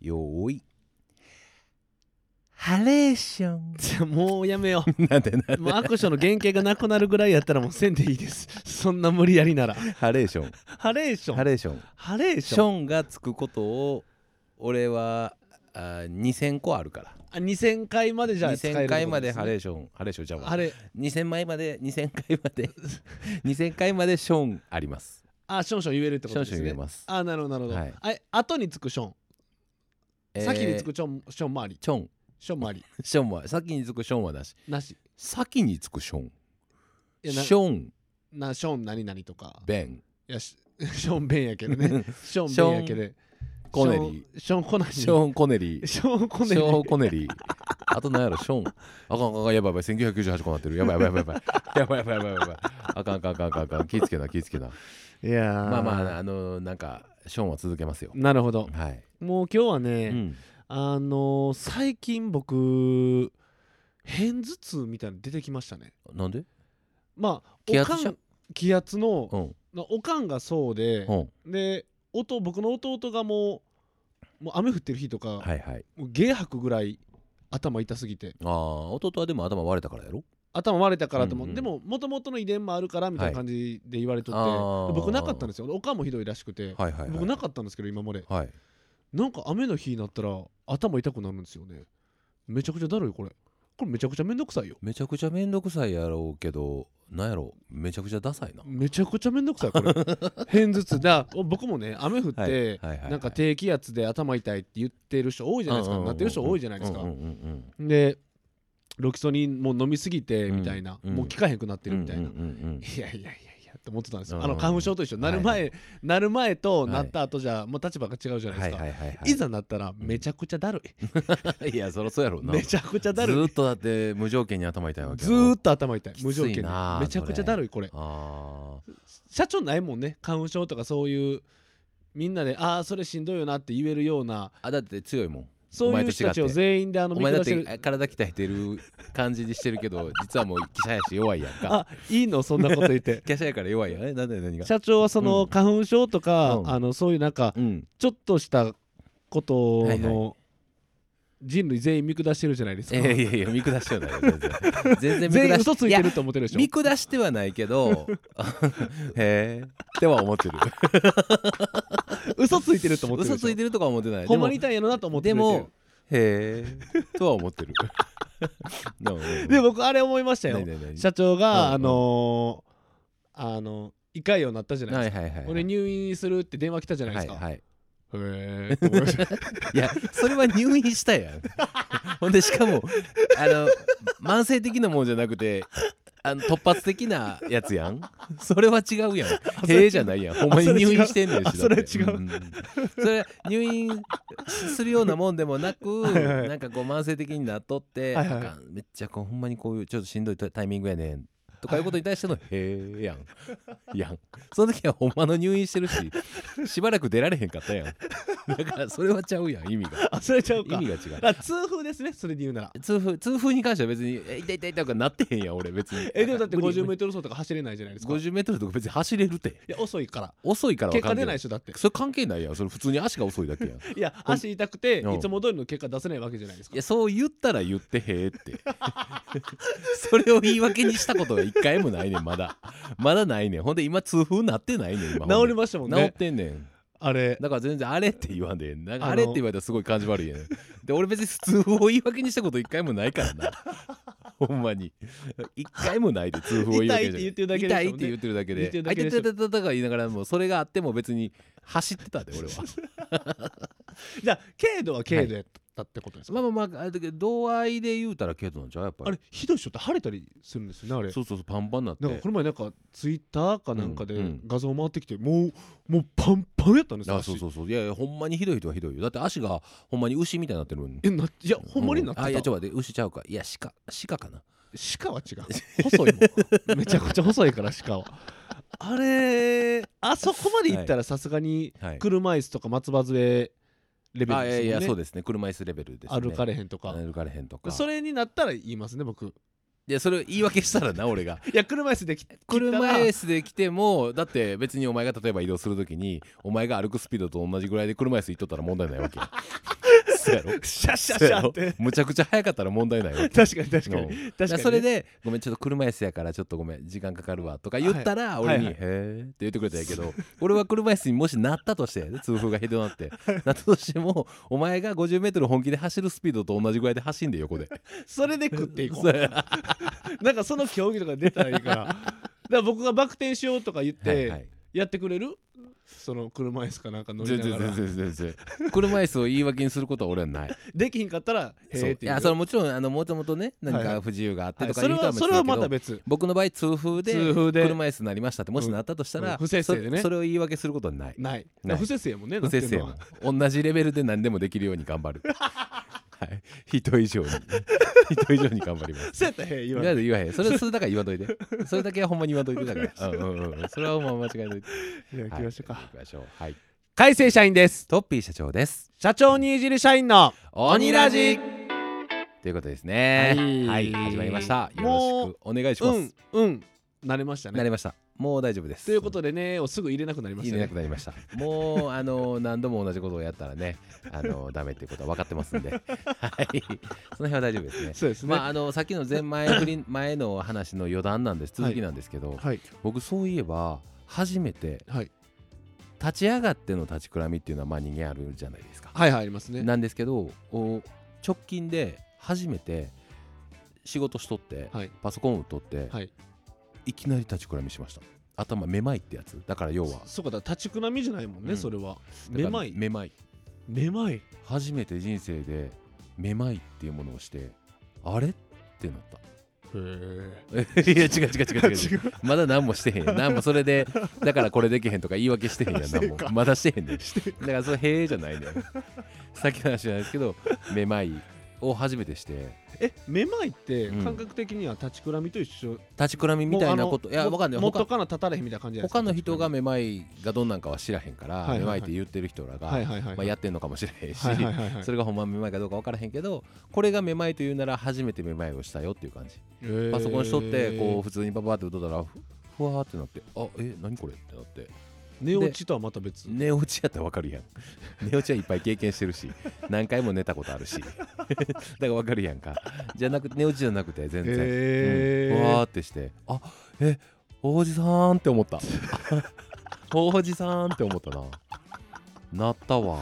よーいハレーションもうやめよなんでう。もうアクションの原型がなくなるぐらいやったらもうせんでいいです。そんな無理やりなら。 ハレーションハレーション。 ハレーションハレーシション。 ョンがつくことを俺は2000個あるからあ、2000回までじゃあ使えるって 2000 ことですね。 回までハレーションハレーションちゃうわハレ 2000回まで2000回まで2000回までションあります。 あ、ションション言えるってことですね。 ションション言えます。 あ、なるほどなるほど。 はいあ、後につくション。先につくション、ションもあり。 ションションもあり。 ションは先につくションはなしなし。 先につくションいやションション何々とか。 ベンいや、ションベンやけどね。ションベンやけど。 コネリションコネリ。 ショーンコネリションコネリ。 ショーンコネリあと何やろショーンあかんあかんやばいやばい1998個なってるやばいやばいやばいやばいやばいやばいやばいあかんあかんあかんあかんあかん気ぃつけな気ぃつけな。 いやーまあまあなんかショーンは続けますよ。 なるほど。 はい。 もう今日はうね、 ん。 最近僕片頭痛みたいなの出てきましたね。 なんで？ まあ気圧じゃ気圧のうんおかんがそうで、 うん。 で僕の弟がもう雨降ってる日とか、 はいはい。 もうゲー吐くぐらい頭痛すぎて、 ああ弟はでも頭割れたからやろ？ 頭割れたからとも、 うんうんでも元々の遺伝もあるからみたいな感じで言われとって、 はいあー僕なかったんですよ。おかんもひどいらしくて、 はいはいはい。 僕なかったんですけど今まではい。 なんか雨の日になったら頭痛くなるんですよね。めちゃくちゃだるいこれめちゃくちゃめんどくさいよ。 めちゃくちゃめんどくさいやろうけどなんやろめちゃくちゃダサいな。 めちゃくちゃめんどくさいこれ片頭痛だ。僕もね雨降って、 はいはいはいはいなんか低気圧で頭痛いって言ってる人多いじゃないですか、なってる人多いじゃないですか、 うんうんうんでロキソニンもう飲みすぎてみたいな、 うんもう効かへんくなってるみたいな、 うんうんうんいやいやいやいやって思ってたんですよ。 うん花粉症と一緒、なる前、 はいなる前となった後じゃもう立場が違うじゃないですか、 はいはいはいはいいざなったらめちゃくちゃだるい、 いやそりゃそうやろうな。 めちゃくちゃだずるい、 ーっとだって無条件に頭痛いわけやろ。 ずーっと頭痛い、無条件きついになめちゃくちゃだるいこれ。 あ社長ないもんね、花粉症とかそういうみんなでああそれしんどいよなって言えるような、 あだって強いもん。 そういう人たちを全員でお前だっ見下してる。 て体鍛えてる感じにしてるけど実はもう記者やし弱いやんか。 あ、いいのそんなこと言って記者やから弱いやん。なんで何が？ 社長はその花粉症とか、 うんそういうなんかうん。 ちょっとしたことはいの人類全員見下してるじゃないですか。 いやいやいや見下してはないよ全然。全然見全員下し嘘ついてると思ってるでしょ。 見下してはないけどへえっては思ってる。 嘘ついてると思ってるでしょ。 嘘ついてるとかは思ってない。 ほんまに痛いんやろなと思ってるでもへえとは思ってる。 で僕あれ思いましたよ。 何社長がうん胃潰瘍になったじゃないですか。 はいはいはい。 俺入院するって電話来たじゃないですか。 はいはい。 へーって思いました。 いやそれは入院したやん。ほんでしかも慢性的なもんじゃなくて突発的なやつやん。それは違うやん。へえじゃないやん。ほんまに入院してんねんし。 それ違う。 それ入院するようなもんでもなくはいはいなんかこう慢性的になっとってはいはいあかんめっちゃこうほんまにこういうちょっとしんどいタイミングやねんとかいうことに対してのへえやん。やん。その時はほんまの入院してるししばらく出られへんかったやん。だからそれはちゃうやん意味が。 あ、それちゃうか。 意味が違う。 だから痛風ですね、それで言うなら。 痛風に関しては別に痛い痛い痛いとかなってへんやん俺別に。 でもだって50メートトル走とか走れないじゃないですか。い 50メートルとか別に走れるってや遅いから。 遅いからは結果関係ない出ないでしょだって。 それ関係ないやんそれ普通に足が遅いだけやん。 いや足痛くてうんいつも通りの結果出せないわけじゃないですか。 いやそう言ったら言ってへえってそれを言い訳にしたことが一回もないねんまだないねん。ほんで今痛風なってないねん今治りましたもん治っね。 てんねん。 あれ。 だから全然あれって言わんでなんかあれって言われたらすごい感じ悪いやん。で俺別に痛風を言い訳にしたこと一回もないからなほんまに一回もないで痛風を言い訳に痛いって言ってるだけでしょ痛いって言ってるだけで言ってるだけでしょあ痛い痛い痛いとか言いながらもそれがあっても別に走ってたで俺は。 じゃあ軽度は軽度やったってことですか。 まああれだけど度合いで言うたら軽度なんちゃうやっぱり。 あれひどい人って腫れたりするんですよねあれ。 そうパンパンになってなんかこの前なんかツイッターかなんかでうん画像回ってきてもうパンパンやったんですよ。 あそういやほんまにひどい人はひどいよ。だって足がほんまに牛みたいになってるのに。 いやほんまになってた。 あいやちょっと待って牛ちゃうかいや鹿かな。 鹿は違う。細いもん。めちゃくちゃ細いから鹿は。あれあそこまでいったらさすがにはい車椅子とか松葉杖レベルですもんね。 いやそうですね車椅子レベルですね。 歩かれへんとか。 歩かれへんとか。 それになったら言いますね僕。 いやそれ言い訳したらな俺がいや車椅子で車椅子で来てもだって別にお前が例えば移動するときにお前が歩くスピードと同じぐらいで車椅子行っとったら問題ないわけやそうやろシャッシャッそうやろシャッってむちゃくちゃ早かったら問題ないよ確かに確かうんに確かにねだからそれでごめんちょっと車椅子やからちょっとごめん時間かかるわとか言ったら俺に、 はいはいへーって言ってくれたんやけど俺は車椅子にもしなったとして痛風がひどなってなったとしてもお前が 50m 本気で走るスピードと同じぐらいで走んで横でそれで食っていこそうやうなんかその競技とか出たらいいからだから僕がバク転しようとか言っはいはいてやってくれるその車椅子かなんか乗り全ながら然車椅子を言い訳にすることは俺はないできひんかったらへそういーって言うよやそれはもちろんもともとね何はいはいか不自由があってとかはい言うとはそれはまた別だけど別僕の場合痛風で痛風で車椅子になりましたってもしなったとしたら、 不摂生でねそれを言い訳することはないないない不摂生やもんね不摂生なってんのはも同じレベルで何でもできるように頑張るはい人以上に頑張りますそうやったらへー言わない言わへんそれだから言わんといてそれだけはほんまに言わんといてだからそれはほんま間違えといてじゃあ行きましょうか、 行きましょうはい海星社員ですトッピー社長です社長にいじる社員の鬼ラジということですねはい始まりましたよもうろしくお願いします慣れましたねなりましたもう大丈夫ですということでねをすぐ入れなくなりましたね入れなくなりましたもう何度も同じことをやったらねダメっていうことは分かってますんではいその辺は大丈夫ですねそうですねまあさっきの前の話の余談なんです続きなんですけど、 はい僕そういえば初めてはい立ち上がっての立ちくらみっていうのはまあ人間あるじゃないですか、 はいはいありますねなんですけど直近で初めて仕事しとって、 はいパソコンを取って、 はいいきなり立ちくらみしました頭めまいってやつだから要はそうかだ立ちくらみじゃないもんね、 うんそれはだからめまいめまいめまい初めて人生でめまいっていうものをしてあれってなったへいや違うまだ何もしてへんやん何もそれでだからこれできへんとか言い訳してへんやん何もまだしてへんねんだからそれへえじゃないねんさっきの話じゃないですけどめまいを初めてしてめまいってうん感覚的には立ちくらみと一緒立ちくらみみたいなこともういやわかんない元から立たれへんみたいな感じじゃないですか他の人がめまいがどんなんかは知らへんから、 はいはいはいめまいって言ってる人らが、 はいはいはいまあ、やってんのかもしれへんし、 はいはいはいはいそれがほんまめまいかどうか分からへんけどこれがめまいというなら初めてめまいをしたよっていう感じパソコンしとってこう普通にパパって打っとったらふわーってなって何これってなって寝落ちとはまた別寝落ちやったら分かるやん寝落ちはいっぱい経験してるし何回も寝たことあるしだから分かるやんかじゃなくて寝落ちじゃなくて全然、ふわーってして王子さんって思った王子さんって思ったなったわ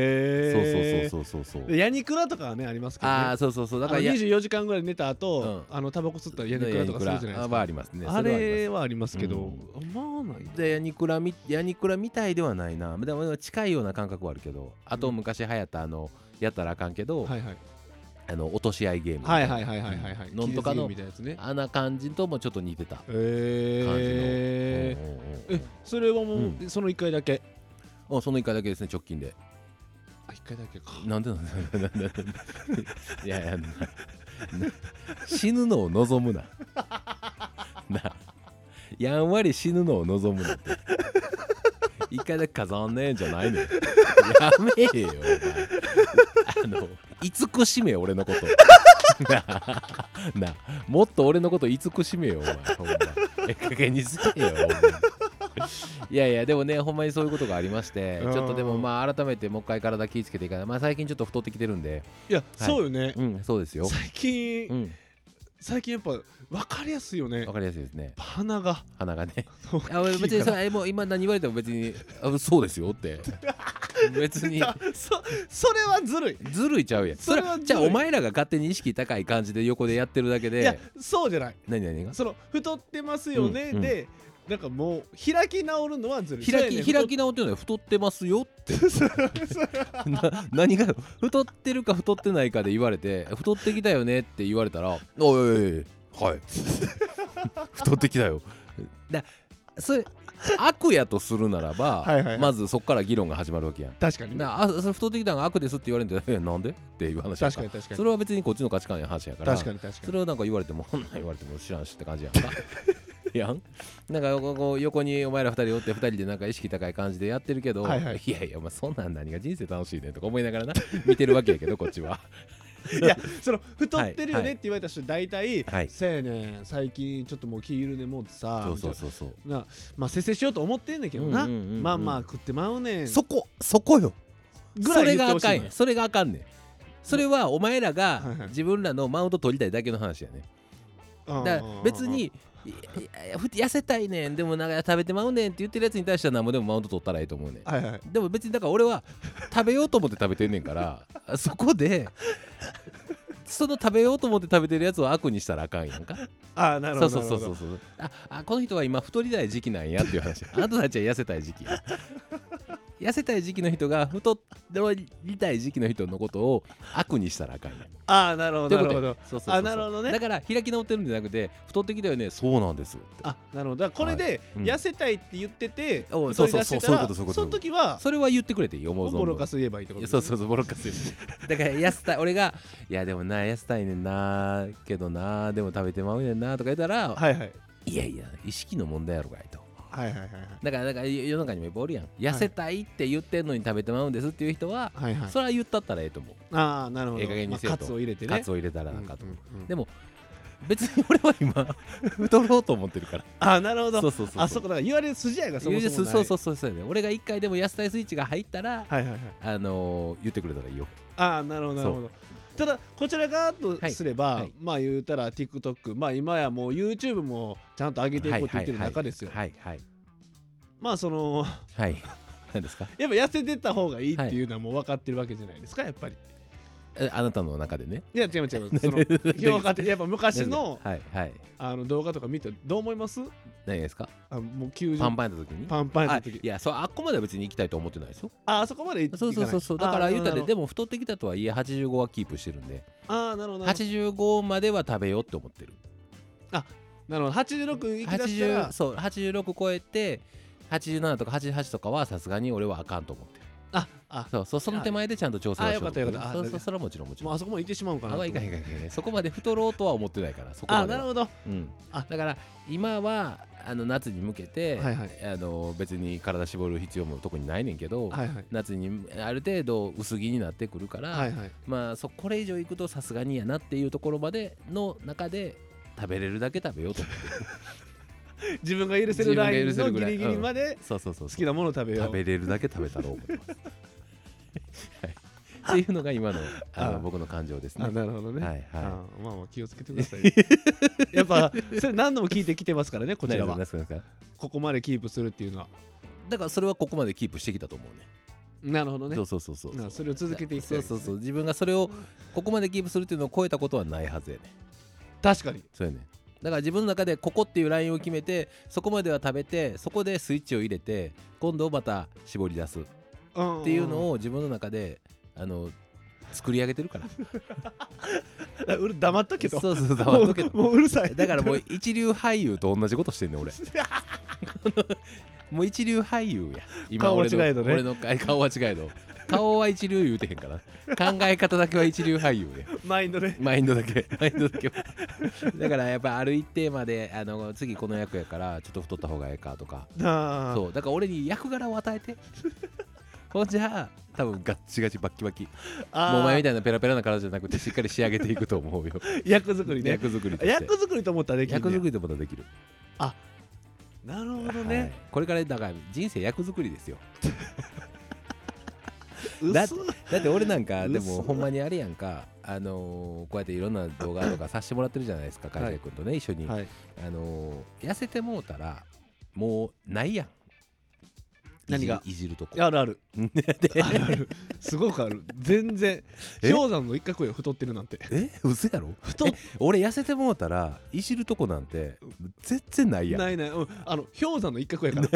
そうヤニクラとかはねありますけどねそうだだからら24時間ぐらい寝た後、 うタバコ吸ったらヤニクラとかするじゃないですかありますねあれはありますけど、 うんまあないでヤニクラみたいではないなでも近いような感覚はあるけどあと昔流行ったやったらあかんけど、 はいはい落とし合いゲームみたなはいいはいはいはいはいはいのんとかのみたいなやつねあんな感じともちょっと似てた感じの、 それはもう、その1回だけその1回だけですね直近で 1回だけかなんでいや死ぬのを望むなやんわり死ぬのを望むなって1回だけ飾んねえんじゃないのやめえよお前慈しめ俺のことなあもっと俺のこと慈しめよお前ほんま加減にせえよお前いやでもねほんまにそういうことがありましてちょっとでもまあ改めてもう一回体気ぃつけていかないまあ最近ちょっと太ってきてるんでいや、そうよね、 そうですよ最近やっぱ分かりやすいよねわかりやすいですね鼻がね大きいから別にもう今何言われても別にそうですよって別にそれはずるいずるいちゃうやんそれはずるいじゃあお前らが勝手に意識高い感じで横でやってるだけでいやそうじゃない何がその太ってますよね、でなんかもう開き直るのはずるい開き直ってるのは太ってますよって何が太ってるか太ってないかで言われて太ってきたよねって言われたらおいはい太ってきたよそれ悪やとするならばまずそこから議論が始まるわけやん確かにそれ太ってきたのが悪ですって言われるんでなんでっていう話やんか確かにそれは別にこっちの価値観や話やから確かにそれをなんか言われても言われても知らんしって感じやんかやんなんかこう横にお前ら2人おって2人でなんか意識高い感じでやってるけど、いやお前そんなん何が人生楽しいねんとか思いながらな見てるわけやけどこっちはいやその太ってるよねって言われた人大体はいせやねん最近ちょっともう気緩んでもうてさそうまあ節制しようと思ってんねんけどなまあ食ってまうねんそこよぐらい言ってほしいそれがあかんねんそれはお前らがはいはい自分らのマウント取りたいだけの話やね。だから別に痩せたいねんでもなんか食べてまうねんって言ってるやつに対しては何もでもマウント取ったらいいと思うねん。 はいはいでも別にだから俺は食べようと思って食べてんねんからそこでその食べようと思って食べてるやつを悪にしたらあかんやんか。 ああなるそうほどそうそうそうこの人は今太りたい時期なんやっていう話。あなたたちは痩せたい時期や。痩せたい時期の人が太りたい時期の人のことを悪にしたらあかんやん。 ああなるほどなるほどそうそうそうそう。 あなるほどねだから開き直ってるんじゃなくて太ってきたよねそうなんですってあなるほどだからこれでうん痩せたいって言っててお太り出してたらそういうことその時はそれは言ってくれていいよ思うぞボロカス言えばいいってことそうそうそうボロカスだから痩せたい俺がいやでもな痩せたいねんなけどなでも食べてまうねんなとか言ったら、 はいはいいやいや意識の問題やろがいと。 はいはいはいだから世の中にもいっぱいおるやん。痩せたいって言ってんのに食べてまうんですっていう人は、 はいはいそれは言ったったらええと思う。 ああなるほどええ加減にせえとカツを入れてねカツを入れたらなんかと、 うんうんうんでも別に俺は今太ろうと思ってるからああなるほどそうそうそうあそこだから言われる筋合いがそもそもないそうやね。俺が一回でも痩せたいスイッチが入ったら、 はいはいはい言ってくれたらいいよ。 ああなるほどなるほどただこちら側とすれば、 はいはいまあ言うたら TikTok まあ今やもう YouTube もちゃんと上げていこうって言ってる中ですよはいはいまあそのはい何ですか。 やっぱ痩せてった方がいいっていうのはもう分かってるわけじゃないですかやっぱりあなたの中でね。 いや違うその分かってるやっぱ昔のはいはい動画とか見てどう思います何ですか。 もう90 パンパンやった時にパンパンやった時いやあっこまでは別に行きたいと思ってないですよ。 あそこまでいかないそうだから言うたあーなるほどででも太ってきたとはいえ85はキープしてるんであーなるほど 85までは食べようって思ってる。 なるほど86いきだしたらそう86超えて87とか88とかはさすがに俺はあかんと思ってる。その手前でちゃんと調整はしようと思ってる。 よかったよかったそれはもちろんもうあそこまで行ってしまうんかなといかへんそこまで太ろうとは思ってないからそこまでは。 あなるほどうんあだから今は夏に向けて、 はいはい別に体絞る必要も特にないねんけど、 はいはい夏にある程度薄着になってくるから、 はいはいまあこれ以上いくとさすがにやなっていうところまでの中で食べれるだけ食べようと思ってる。 自分が許せるライン自分が許せるぐらいのギリギリまでそう好きなものを食べよう食べれるだけ食べたろう思ってます。はい、っていうのが今の僕の感情ですね。 あなるほどねはいはいまあ気をつけてくださいやっぱそれ何度も聞いてきてますからねこちらは何ですかここまでキープするっていうのはだからそれはここまでキープしてきたと思うね。 なるほどねそうそれを続けていきたいですねそう自分がそれをここまでキープするっていうのを超えたことはないはずやね。 確かにそうやね。だから自分の中でここっていうラインを決めてそこまでは食べてそこでスイッチを入れて今度また絞り出すっていうのを自分の中で作り上げてるから黙っとけとそう黙っとけともううるさいだからもう一流俳優と同じことしてんねん俺もう一流俳優や今顔は違えどね俺の顔は違えど顔は一流言うてへんから考え方だけは一流俳優でマインドねマインドだけだからやっぱある一定まで次この役やからちょっと太った方がええかとかそうだから俺に役柄を与えてほんじゃ多分ガッチガチバッキバキもうお前みたいなペラペラな体じゃなくてしっかり仕上げていくと思うよ役作りね役作りとして役作りと思ったらできる役作りと思ったらできるなるほどはいねこれからだから人生役作りですようっだっそだって俺なんかで嘘もほんまにあれやんかこうやっていろんな動画とかさせてもらってるじゃないですか海外君とね一緒にはい痩せてもうたらもうないやん何がいじるとこあるあるであるあるすごくある全然え氷山の一角よ太ってるなんて嘘やろ太っ俺痩せてもうたらいじるとこなんて全然ないやんない氷山の一角やから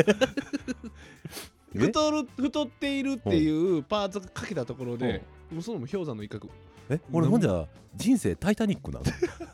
太っているっていうパーツがかけたところでもうそのも氷山の一角俺ほんじゃ人生タイタニックなの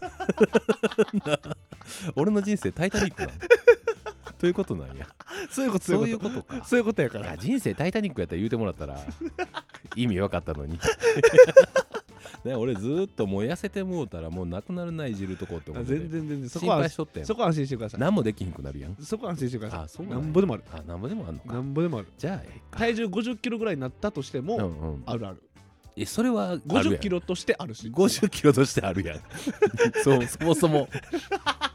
俺の人生タイタニックなのということなんやそういうことそういうことかそういうことやからいや人生タイタニックやったら言うてもらったら意味分かったのにね、俺ずーっともう痩せてもうたらもうなくなるないじるとこって思って全然そこ心は配しとってんそこは安心してください何もできひんくなるやんそこは安心してくださいあそうなんやなんぼでもあるなんぼでもあんのかなんぼでもあるじゃあええか体重50キロぐらいになったとしてうんもあるあるそれはあるやん 50キロとしてあるし 50キロとしてあるやんそもそも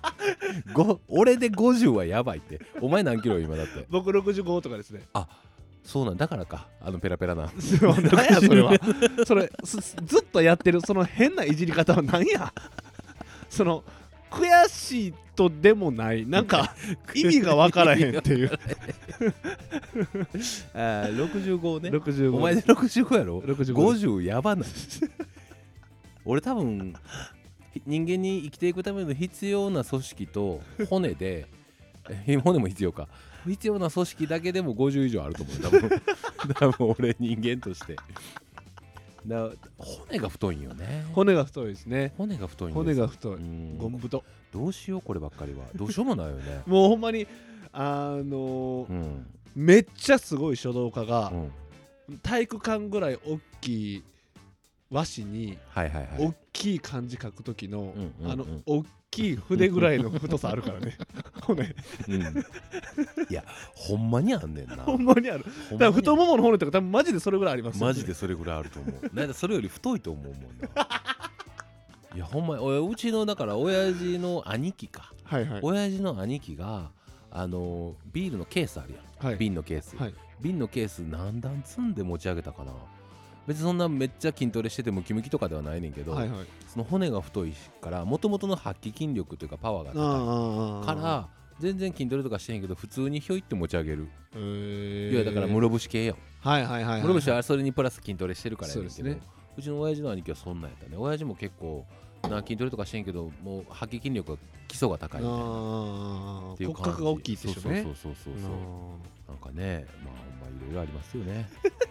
俺で50はやばいってお前何キロ今だって僕65とかですねそうなんだからかペラペラな何やそれはそれずっとやってるその変ないじり方は何やその悔しいとでもないなんか意味が分からへんっていう 65ね 65 お前で65やろ 65 50やばない俺多分人間に生きていくための必要な組織と骨で骨も必要か必要な組織だけでも50以上あると思う多分俺人間として骨が太いんよね骨が太いですね骨が太いんです骨が太いうんゴム太どうしようこればっかりはどうしようもないよねもうほんまにうんめっちゃすごい書道家がうん体育館ぐらい大きい和紙にはいはいはい大きい漢字書く時のうんうんうん大きい筆ぐらいの太さあるからね骨うんいやほんまにあんねんなほんまにあるほんまにだから太ももの骨とか多分マジでそれぐらいありますよマジでそれぐらいあると思うなんかそれより太いと思うもんないやほんまにうちのだから親父の兄貴かはいはい親父の兄貴がビールのケースあるやん、 はい瓶のケース、 はい瓶のケース何段積んで持ち上げたかな別にそんなめっちゃ筋トレしててムキムキとかではないねんけど、 はいはいその骨が太いからもともとの発揮筋力というかパワーが高いから全然筋トレとかしてへんけど普通にひょいって持ち上げる、いやだから室伏系よ、 はいはいはいはい室伏はそれにプラス筋トレしてるからやねんけど、 そうですねうちの親父の兄貴はそんなんやったね親父も結構筋トレとかしてんけどもう発揮筋力が基礎が高いみたいなっていう骨格が大きいでしょうねそうなんかねまあほんまいろいろありますよね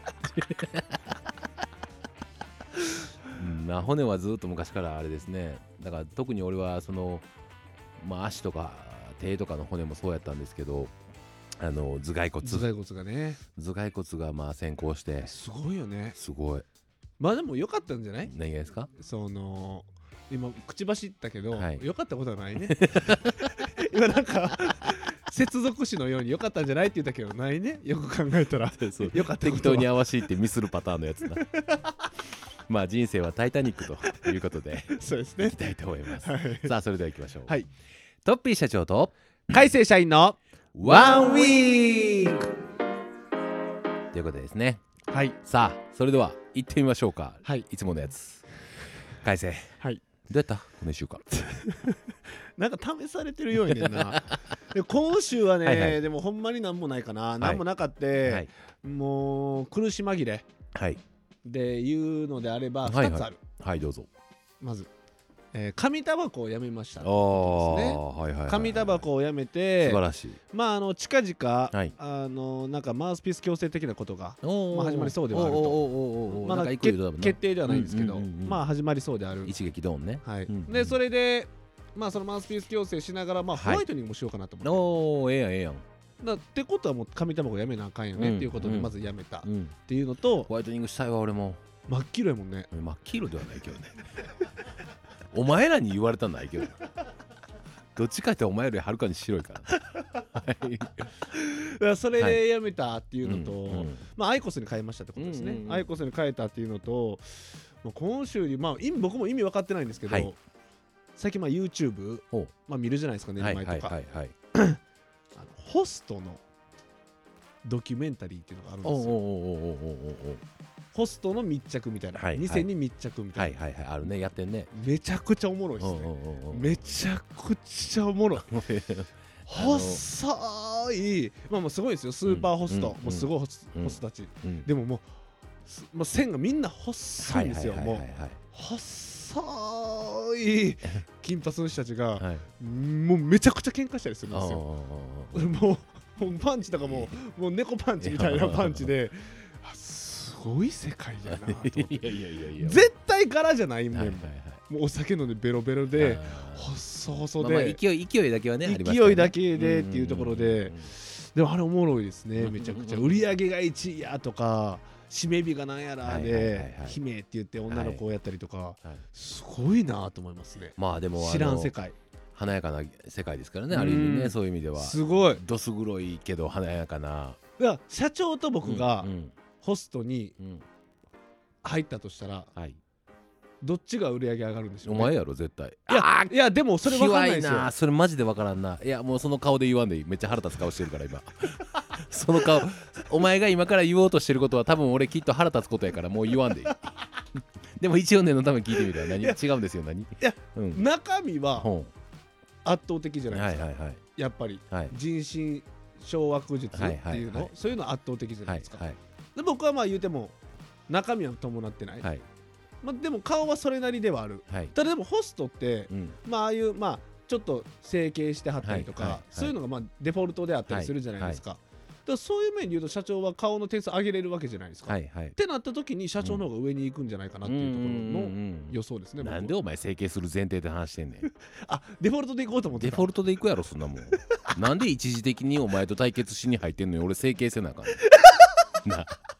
骨はずっと昔からあれですねだから特に俺はその足とか手とかの骨もそうやったんですけど頭蓋骨がね頭蓋骨が先行してすごいよねすごいまあでも良かったんじゃない何がですか今口走ったけどはい良かったことはないね今なんか接続詞のように良かったんじゃないって言ったけどないねよく考えたらそう良かった適当に合わしいってミスるパターンのやつだまあ人生はタイタニックということでそうですねいきたいと思います、 はいさあそれでは行きましょう、 はいトッピー社長と改正社員のワンウィークということでですねはいさあそれでは行ってみましょうか、 はいいつものやつ改正はいどうやったこの1週間なんか試されてるようにねんなで今週はねはいはいでもほんまになんもないかな、 いなんもなかっはてい、 もう苦し紛れはいで言うのであればはいはい 2つある、 はいどうぞまず、紙タバコをやめましたあってことですねはいはいはい紙タバコをやめて素晴らしいまあ近々、 はいなんかマウスピース矯正的なことがおーまあ始まりそうではあるとまだまあなんか行くよ決定ではないんですけど、 うんうんうんうんまあ始まりそうである、 一撃ドンねはいうんでそれでまあそのマウスピース矯正しながらまあはいホワイトニングもしようかなと思って、 おーええやんええやんってことはもう紙タバコやめなあかんよねっていうことでうんまずやめたっうんていうのと、 ホワイトニングしたいわ俺も真っ黄色やもんね真っ黄色ではないけどねお前らに言われたんないけどどっちかってお前よりはるかに白いからはいだからそれでやめたっていうのと、 うんうんまあアイコスに変えましたってことですね、 うんうんうんアイコスに変えたっていうのと、まあ、今週にまあ僕も意味分かってないんですけど、 はい最近まあ YouTube、 ほうまあ、見るじゃないですか寝はいる前とか、 はいはいホストのドキュメンタリーっていうのがあるんですよおうおうおうおうおうおうホストの密着みたいな、 はいはい店に密着みたいな、 はいはいはいあるねやってんねめちゃくちゃおもろいですね、めちゃくちゃおもろい細いまあもうすごいですよスーパーホスト、 うんもうすごいホストたち、でももう線がみんな細いんですよ、もう細い金髪の人たちが、もうめちゃくちゃ喧嘩したりするんですよもうパンチとかもう猫パンチみたいなパンチですごい世界だなと思っていやいやいやいや絶対柄じゃないもん、 はいはいもうお酒飲んでベロベロで細々で、 勢いだけはねありますからね勢いだけでっていうところで、でもあれおもろいですね、めちゃくちゃ売り上げが1位やとか締め日がなんやらで姫って言って女の子をやったりとか、すごいなと思いますね。 まあでも知らん世界華やかな世界ですからねある意味ねそういう意味ではすごいどす黒いけど華やかな社長と僕がうんホストにうん入ったとしたらはいどっちが売り上げ上がるんでしょうね。 お前やろ絶対いやでもそれ分かんないですよ。 それマジで分からんないやもうその顔で言わんでいいめっちゃ腹立つ顔してるから今その顔、お前が今から言おうとしてることは多分俺きっと腹立つことやからもう言わんでいいでも一応念のため聞いてみたら何違うんですよ何。いや、 うん、 中身はほ圧倒的じゃうないですか、 はいはいはいやっぱり、 はい、 人心掌握術っていうの、 はいはいはい、 そういうの圧倒的じゃないですか、 はいはいで僕はまあ言うても中身は伴ってない、 はいまあ、でも顔はそれなりではある、 はい、 ただでもホストって、 うん、 まあああいうまあちょっと整形してはったりとか、 はいはいはい、 そういうのがまあデフォルトであったりするじゃないですか、だからそういう面で言うと社長は顔の点数上げれるわけじゃないですか、 はいはい、 ってなった時に社長の方が上に行くんじゃないかなっていうところの予想ですね、 なんでお前整形する前提で話してんねんあ、デフォルトで行こうと思ってた。 デフォルトで行くやろそんなもんなんで一時的にお前と対決しに入ってんのに俺整形せなあかん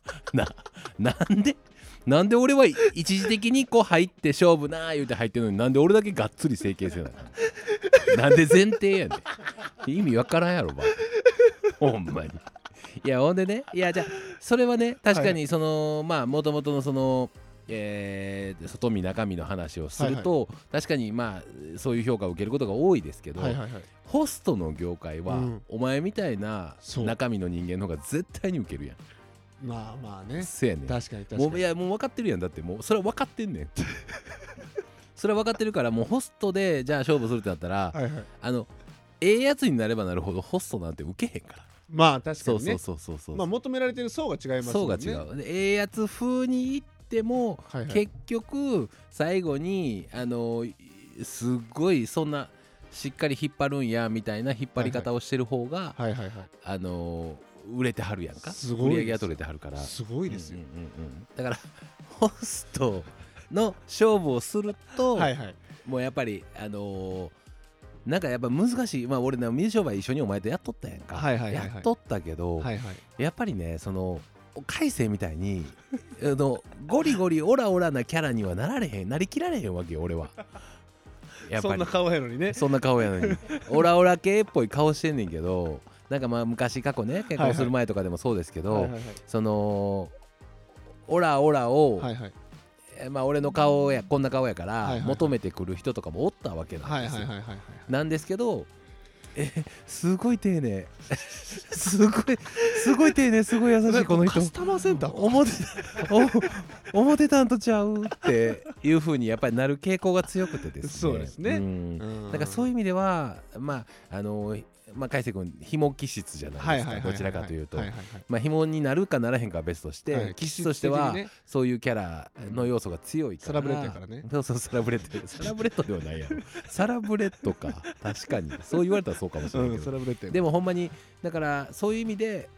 なんで俺は一時的にこう入って勝負なー言うて入ってんのになんで俺だけがっつり整形せなあかんなんで前提やねん意味わからんやろばほんまに。いやほんでね、いやじゃあそれはね確かにその、まあもともとのその外見中身の話をすると、確かにまあそういう評価を受けることが多いですけど、ホストの業界は、お前みたいな中身の人間の方が絶対に受けるやん。 まあまあね、 そうやねん。 確かにもういやもう分かってるやん。だってもうそれは分かってんねんそれは分かってるから、もうホストでじゃあ勝負するってなったら、やつになればなるほどホストなんて受けへんから。 まあ確かにね、 そうまあ求められてる層が違いますもんね。 層が違う。やつ風にいっても、結局最後にすっごいそんなしっかり引っ張るんやみたいな引っ張り方をしてる方が売れてはるやんか。売り上げが取れてはるからすごいですよ。 だからホストの勝負をするともうやっぱりなんかやっぱ難しい。まあ俺ね水商売一緒にお前とやっとったやんか。やっとったけど、やっぱりねその海星みたいにゴリゴリオラオラなキャラにはなりきられへんわけよ俺は。 やっぱりそんな顔やのにね。 そんな顔やのにオラオラ系っぽい顔してんねんけど、なんかまあ昔過去ね結婚する前とかでもそうですけど、そのオラオラをまあ俺の顔やこんな顔やから求めてくる人とかもおったわけなんですよ。なんですけどすごい丁寧すごい丁寧、すごい優しいこの人。 カスタマーセンター思ってたんとちゃうっていう風にやっぱりなる傾向が強くてですね。 そうですね。 だからそういう意味ではまあ海星君ひも気質じゃないですか。どちらかというとひもになるかならへんかは別として、気質としてはそういうキャラの要素が強いから。 サラブレッドやからね。 そうサラブレッドではないやろサラブレッドか。確かにそう言われたらそうかもしれないけど、でもほんまにだからそういう意味で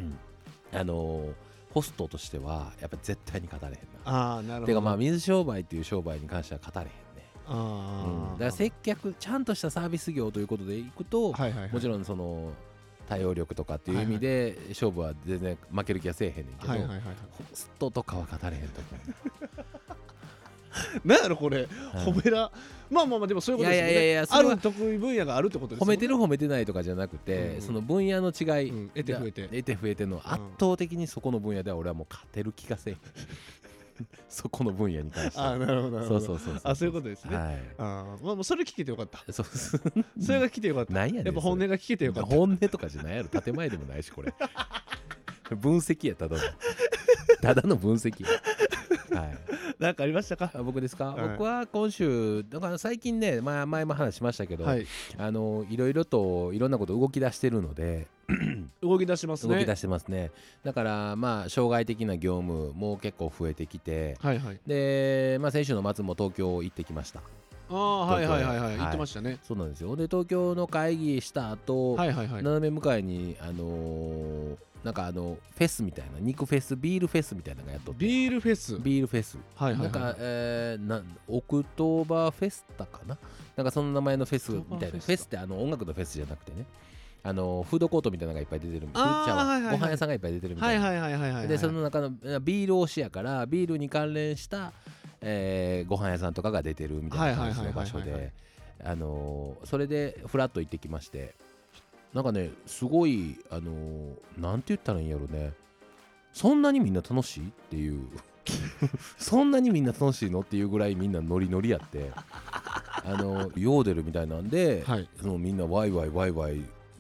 ホストとしてはやっぱ絶対に勝たれへんな。 なるほど。 てかまあ水商売っていう商売に関しては勝たれへん。だから接客ちゃんとしたサービス業ということでいくと、もちろんその対応力とかっていう意味で勝負は全然負ける気がせえへんねんけど、ホストとかは勝たれへんと思うなんやろこれ、褒めらまあでもそういうことですよね。ある得意分野があるってことですよね。 褒めてる褒めてないとかじゃなくて、その分野の違い得て増えての圧倒的にそこの分野では俺はもう勝てる気がせえへんそこの分野に関しては。 なるほど。そういうことですね。まあそれ聞けてよかった。それが聞けてよかった。やっぱ本音が聞けてよかった。 本音とかじゃないやろ。建前でもないしこれ。分析やただの分析や。 なんかありましたか？ 僕ですか？僕は今週だから最近ね、前も話しましたけど、いろいろといろんなこと動き出してるので動き出してますね。だからまあ障害的な業務も結構増えてきて、でまあ先週の末も東京行ってきました。 言ってましたね。 そうなんですよ。で東京の会議した後、斜め向かいになんかフェスみたいな肉フェスビールフェスみたいなのがやっとって。 ビールフェスなんかオクトーバーフェスタかな、なんかその名前のフェスみたいな。フェスって音楽のフェスじゃなくてね、フードコートみたいなのがいっぱい出てる、ご飯屋さんがいっぱい出てるみたいな。でその中のビール推しやからビールに関連したご飯屋さんとかが出てるみたいな感じの場所で、それでフラッと行ってきまして、なんかねすごいなんて言ったらいいんやろね、そんなにみんな楽しいっていうそんなにみんな楽しいのっていうぐらいみんなノリノリやってヨーデルみたいなんで、そのみんなワイワイ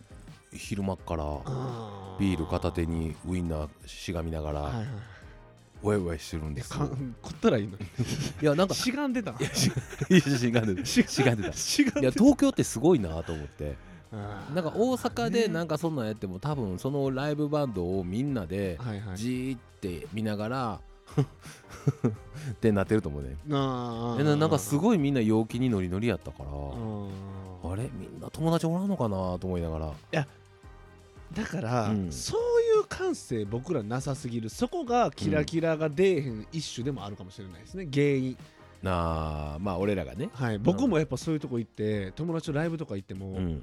昼間っからあビール片手にウインナーしがみながらはいはいワイワイしてるんですよ。 食ったらいいのにいやなんかしがんでたいやしがんでたしがんでた。 しがんでいや東京ってすごいなと思ってたなんか大阪でなんかそんなんやっても多分そのライブバンドをみんなではいはいじーって見ながらってなってると思うね。なんかすいごいみんな陽気にノリノリやったからあれみんな友達おらんのかなと思いながらだから、 うんそういう感性僕らなさすぎるそこがキラキラが出えへん一種でもあるかもしれないですね原因まあ俺らがねはい僕もやっぱそういうとこ行って友達とライブとか行っても、 うん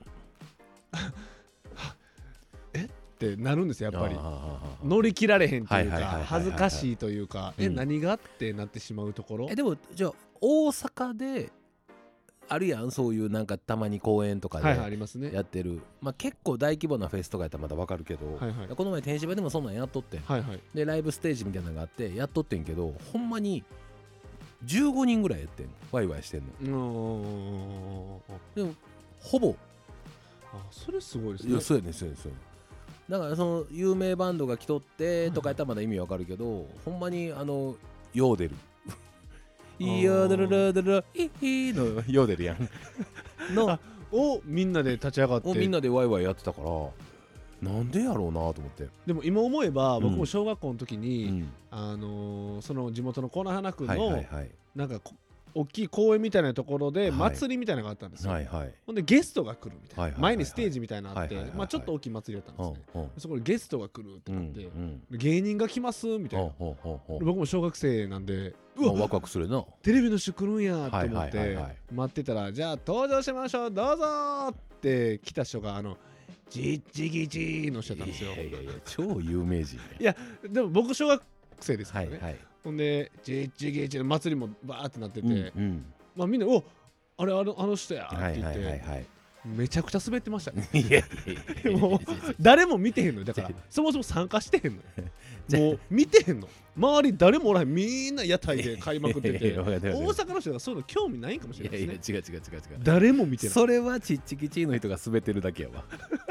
ってなるんですよやっぱりあ乗り切られへんというかはいはいはいはいはい恥ずかしいというかうん何がってなってしまうところでもじゃあ大阪であるやんそういうなんかたまに公演とかはいはいあでりますねやってるまあ結構大規模なフェスとかやったらまだわかるけどはいはいこの前天芝でもそんなんやっとってんはいはいでライブステージみたいなのがあってやっとってんけどほんまに15人ぐらいやってんワイワイしてんのでもほぼそれすごいですねいやそうやねそうやねそうやねだからその有名バンドが来とってとかやったらまだ意味わかるけどほんまにヨーデルイヤダララダライヒのヨーデルやんのをみんなで立ち上がってをみんなでワイワイやってたからなんでやろうなと思ってでも今思えばうん僕も小学校の時うに、 んその地元のコナハナ区はいはいのはいなんか大きい公園みたいなところではい祭りみたいなのがあったんですよ、 はいはいほんでゲストが来るみたいな、 はいはいはいはい前にステージみたいなのあって、 はいはいはいはいまあ、ちょっと大きい祭りだったんですね、 うんうんそこでゲストが来るってなって、 うん芸人が来ますみたいな、 ほうほうほうほうで僕も小学生なんでうわまあワクワクするなテレビの人来るんやと思っはいはいはいてはい待ってたらじゃあ登場しましょうどうぞーって来た人がジッチギチの人だったんですよいや超有名人やでも僕小学生ですからね、 はいはいほんでジッチギチの祭りもバーってなってて、 うんまあみんなおあれあの人やってはい言って、 はいはいはいめちゃくちゃ滑ってましたねいやいやいやもう誰も見てへんのよだからそもそも参加してへんのじゃよもう見てへんの周り誰もおらへんみんな屋台で買いまくっていやいてやわかる大わかる阪の人がそういうの興味ないんかもしいやいれないですねや違う違う違う違う誰も見てないそれはちっちきちの人が滑ってるだけやわ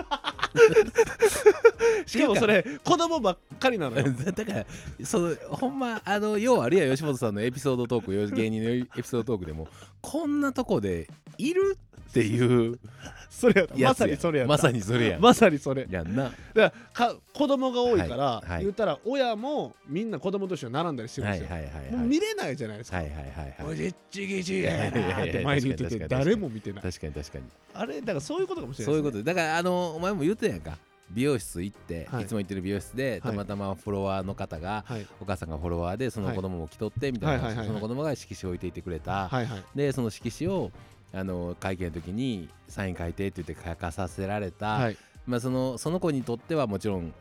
しかもそれ子供ばっかりなのよだからほんま要はあるや吉本さんのエピソードトーク芸人のエピソードトークでもこんなとこでいるっていうそれやったやつやまさにそれやったまさにそれやんまさにそれやんなだから子供が多いから、 はいはい言ったら親もみんな子供として並んだりしてるんはいですよ、 はいはいはいもう見れないじゃないですか、 はいはいはいはいおいじっちぎちやいやいやいやって前に言ってて確かに誰も見てない確かに確かにあれだからそういうことかもしれないです、ね、 そういうことだからお前も言ってたやんか美容室行って、 はいいつも行ってる美容室でたまたまフォロワーの方が、 はいお母さんがフォロワーでその子供も来とってみたいな、 はいはいはいはいその子供が色紙を置いていてくれた、 はいはいでその色紙を会見の時にサイン書いてって言って書かさせられた、 はいまあ、その子にとってはもちろん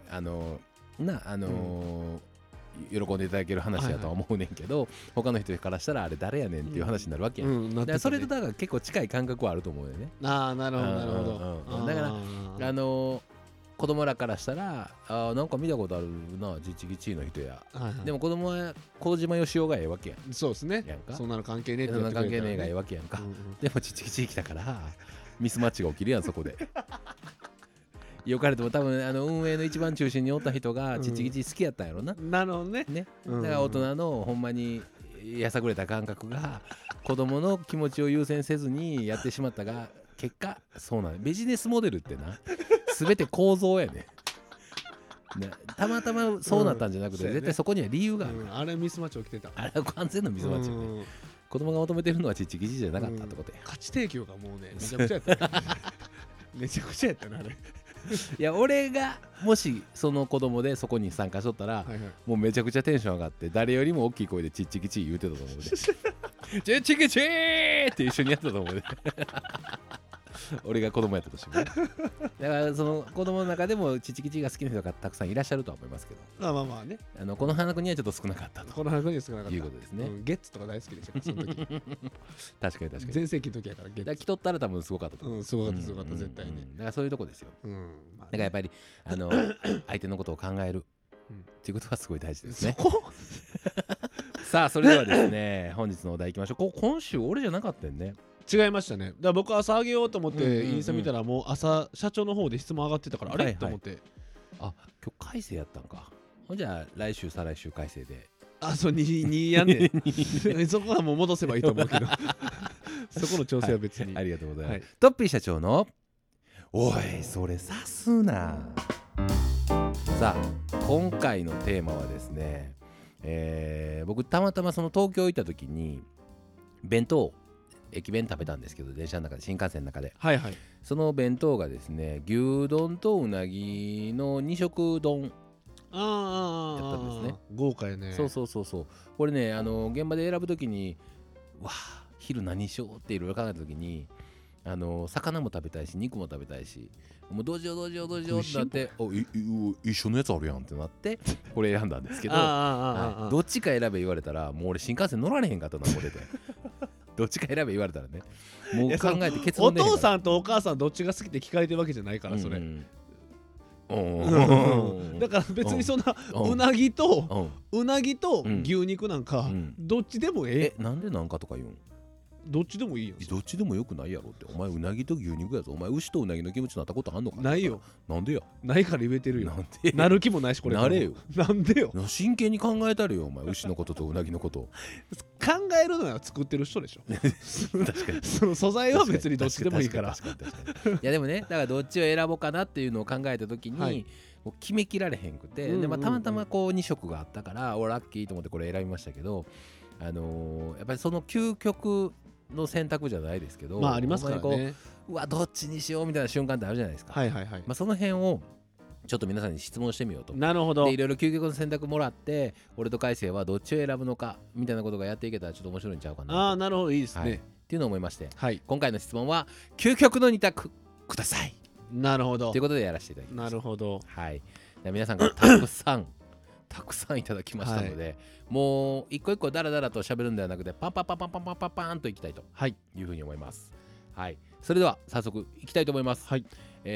喜んでいただける話だとは思うねんけど、他の人からしたらあれ誰やねんっていう話になるわけやん、 うんなってたねだからそれとだから結構近い感覚はあると思うよね。 ああなるほどなるほうんうんうんどだからら子供らからしたらなんか見たことあるなじちぎちの人や、でも子供は小島よしおがええわけやんそうですねやんかそんなの関係ねえってそんな言ってくれたら関係ねえがええわけやんか、 うんうんでもちちぎち来たからミスマッチが起きるやんそこでよかれとも多分運営の一番中心におった人がちちぎち好きやったんやろな、 なるほどねね、 うんだから大人のほんまにやさぐれた感覚が子供の気持ちを優先せずにやってしまったが結果そうなのビジネスモデルってな全て構造やねねたまたまそうなったんじゃなくて、 うん絶対そこには理由がある、 あれミスマッチ起きてたあれは完全なミスマッチよね、 うん子供が求めてるのはちっちぎちじゃなかったってことや、 価値提供がもうねめちゃくちゃやったねめちゃくちゃやったなあれいや俺がもしその子供でそこに参加しとったら、 はいはいもうめちゃくちゃテンション上がって誰よりも大きい声でちっちぎち言うてたと思うでちっちぎちーって一緒にやってたと思うで俺が子供やったとしてもねだからその子供の中でもちっちぎちが好きな人がたくさんいらっしゃるとは思いますけどまあまあまあねこの花子にはちょっと少なかったとこの話に少なかったいうことですね、 うんゲッツとか大好きでしたその時確かに確かに全盛期の時やからゲッツだから来とったら多分すごかったと思う、 うんすごかったすごかった絶対にだからそういうとこですようんまあだからやっぱり相手のことを考えるうんっていうことがすごい大事ですねそこさあそれではですね本日のお題いきましょう今週俺じゃなかったよね違いましたね。だから僕朝あげようと思っうんうんうんてインスタ見たらもう朝社長の方で質問上がってたからあれ、 はいはいと思って、 あ、今日改正やったんか。ほんじゃあ来週再来週改正で。 あ、そうにやんねんそこはもう戻せばいいと思うけどそこの調整は別に、 ありがとうございます、 はいトッピー社長のおいそれさすな。さあ今回のテーマはですね、僕たまたまその東京行った時に弁当駅弁食べたんですけど、電車の中で新幹線の中ではいはい。 その弁当がですね、牛丼とうなぎの2色丼あやったんですね。 豪華やね。 そうそうそうそう。これね、現場で選ぶときに、わあ、昼何しようっていろいろ考えたときに、魚も食べたいし、肉も食べたいし、もうどうしようどうしようどうしようってなって、一緒のやつあるやんってなって、これ選んだんですけど、はい、どっちか選べ言われたら、もう俺新幹線乗られへんかったな、これで。どっちか選べ言われたらね、もう考えて結お論出へんから。 父さんとお母さんどっちが好きって聞かれてるわけじゃないからそれ、だから別にそんなうなぎと牛肉なんかどっちでもええ。 なんでなんかとか言うん？ どっちでもいいよ。 どっちでもよくないやろって。お前うなぎと牛肉やぞ。お前牛とうなぎの気持ちになったことあんのか？ ないよ。 なんでや？ ないから言えてるよ。 なんで？ なる気もないしこれ。 なれよ。 なんでよ。 真剣に考えたるよお前。牛のこととうなぎのこと。 考えるのは作ってる人でしょ。 確かに。 その素材は別にどっちでもいいから。 いやでもね、だからどっちを選ぼうかなっていうのを考えた時に、はい、もう決めきられへんくて、でたまたまこう2色があったから俺ラッキーと思ってこれ選びましたけど、やっぱりその究極の選択じゃないですけど、 まあありますからね。 うわどっちにしようみたいな瞬間ってあるじゃないですか。 はいはいはい。 まあその辺をちょっと皆さんに質問してみようと。 なるほど。 でいろいろ究極の選択もらって俺と海星はどっちを選ぶのかみたいなことがやっていけたらちょっと面白いんちゃうかな。 ああなるほど、いいですね、 はい、っていうのを思いまして、 はい、 今回の質問は究極の2択ください。 なるほど。 ということでやらせていただきます。 なるほど。 はい。で皆さんからたくさんいただきましたので、はい、もう一個一個ダラダラと喋るんではなくてパンパンパンパンパンパンパンパンといきたいというふうに思います。はい。それでは早速いきたいと思います。 はい。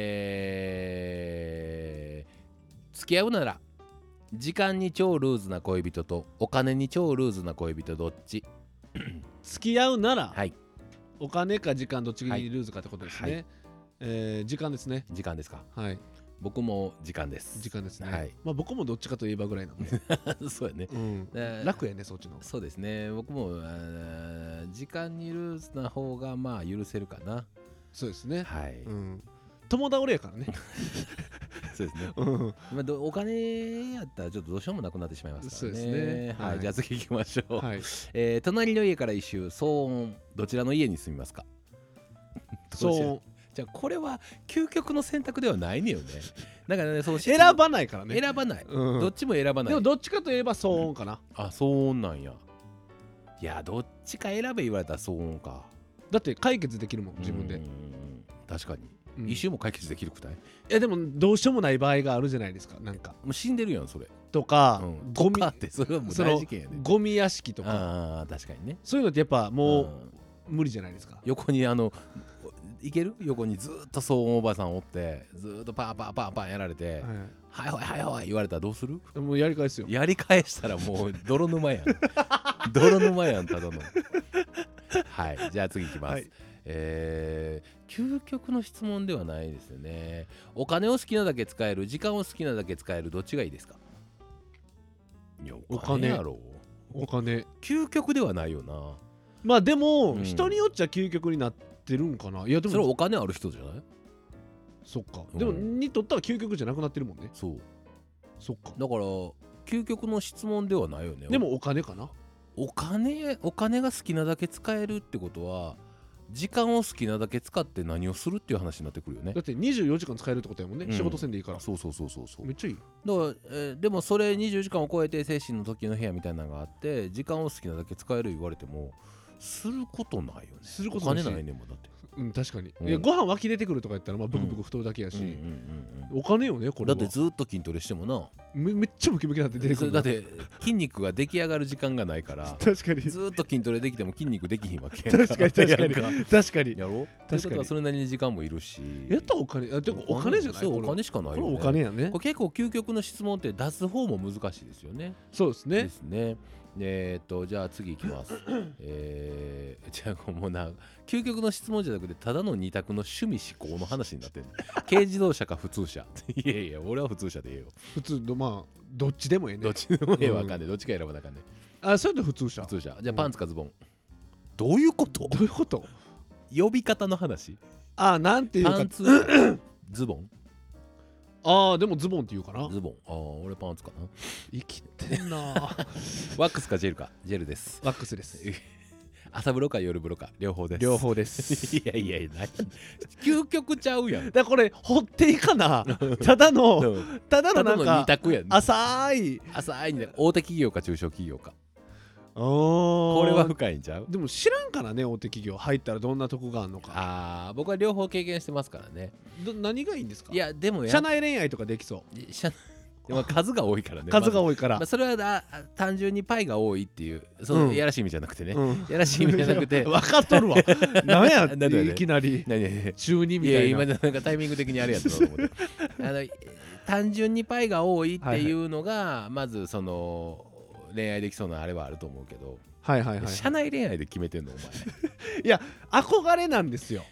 付き合うなら時間に超ルーズな恋人とお金に超ルーズな恋人どっち？ 付き合うなら、 はい、 お金か時間どっちにルーズかってことですね。はい、時間ですね。 時間ですか。 はい。 僕も時間です。 時間ですね。 はい。 まあ僕もどっちかといえばぐらいなんで。 そうやね。 うん、楽やねそっちの。 そうですね。僕も時間にルーズな方がまあ許せるかな。 そうですね。 はい。 うん、友倒れやからね。 そうですね。まあお金やったらちょっとどうしようもなくなってしまいますからね。 そうですね。 はい。じゃあ次行きましょう。 はい。 隣の家から一周騒音どちらの家に住みますか？ 騒音。 じゃあこれは究極の選択ではないねよね。だからね、その選ばないからね。 選ばない、どっちも選ばない。 でもどっちかといえば騒音かな。 あ、騒音なんや。いやどっちか選べ言われたら騒音か。 だって解決できるもん自分で。 確かに、一周も解決できるくらい。いやでもどうしようもない場合があるじゃないですか。なんかもう死んでるやんそれとか、 ゴミってそれはもう大事件やね。 ゴミ屋敷とか。 ああ確かにね。 そういうのってやっぱもう無理じゃないですか。 横にいける横にずっと騒音おばさんおってずっとパーパーパーパーやられて、はいはいはいはい言われたらどうする？ もうやり返すよ。 やり返したらもう泥沼やん。泥沼やんただの。はい、じゃあ次いきます。はい、究極の質問ではないですよね。お金を好きなだけ使える、時間を好きなだけ使える、どっちがいいですか？いやお金やろ。 お金。 究極ではないよな。 まあでも、人によっちゃ究極になってるんかな。いやでもそれはお金ある人じゃない？ そっか。でもにとったら究極じゃなくなってるもんね。 そう。 そっか。 だから究極の質問ではないよね。 でもお金かな。 お金が好きなだけ使えるってことは時間を好きなだけ使って何をするっていう話になってくるよね。 だって24時間使えるってことやもんね、仕事せんでいいから。 そうめっちゃいい。 だから、でもそれ24時間を超えて精神の時の部屋みたいなのがあって時間を好きなだけ使える言われてもすることないよね。 することないしお金ないねんもんだって。 確かに。いやご飯湧き出てくるとか言ったらまあブクブク太るだけやし、お金よねこれは。 だってずっと筋トレしてもなめっちゃムキムキになって出てくる。 だって筋肉が出来上がる時間がないから確かにずっと筋トレできても筋肉できひんわけ。 確かに確かにやろ。確かにそれなりに時間もいるし。 やったらお金。でもお金じゃない。 そうお金しかないよね。 お金やね。 これ結構究極の質問って出す方も難しいですよね。 そうですね。 ですね。 じゃあ次いきます。じゃあもうな、究極の質問じゃなくてただの二択の趣味思考の話になってる。軽自動車か普通車。いやいや、俺は普通車でええよ。 普通のまあどっちでもええね。 どっちでもええわかんねえ、どっちか選ばなあかんねえ。 あ、それと普通車。 普通車。じゃあパンツかズボン。どういうこと？ どういうこと？ 呼び方の話。 あ、なんていうか。 パンツズボン。 ああ、でもズボンって言うかな。 ズボン。ああ、俺パンツかな。 生きてんな。 ワックスかジェルか。ジェルです。 ワックスです。 朝風呂か夜風呂か両方です。 両方です。 いやいや、究極ちゃうやん。 だからこれ掘っていいかな。ただのなんか二択やん。 浅いね。大手企業か中小企業か。 ここれは深いんちゃう？ でも知らんからね、大手企業入ったらどんなとこがあるのか。 僕は両方経験してますからね。 何がいいんですか？ いやでも社内恋愛とかできそう。 でも数が多いからね。 数が多いから、 それは単純にパイが多いっていう、そのやらしい意味じゃなくてね、やらしい意味じゃなくて分かっとるわ。何やっていきなり中2みたいな。 いや今なんかタイミング的にあれやったと思って単純にパイが多いっていうのがまずその恋愛できそうなあれはあると思うけど、社内恋愛で決めてんのお前。 いや憧れなんですよ。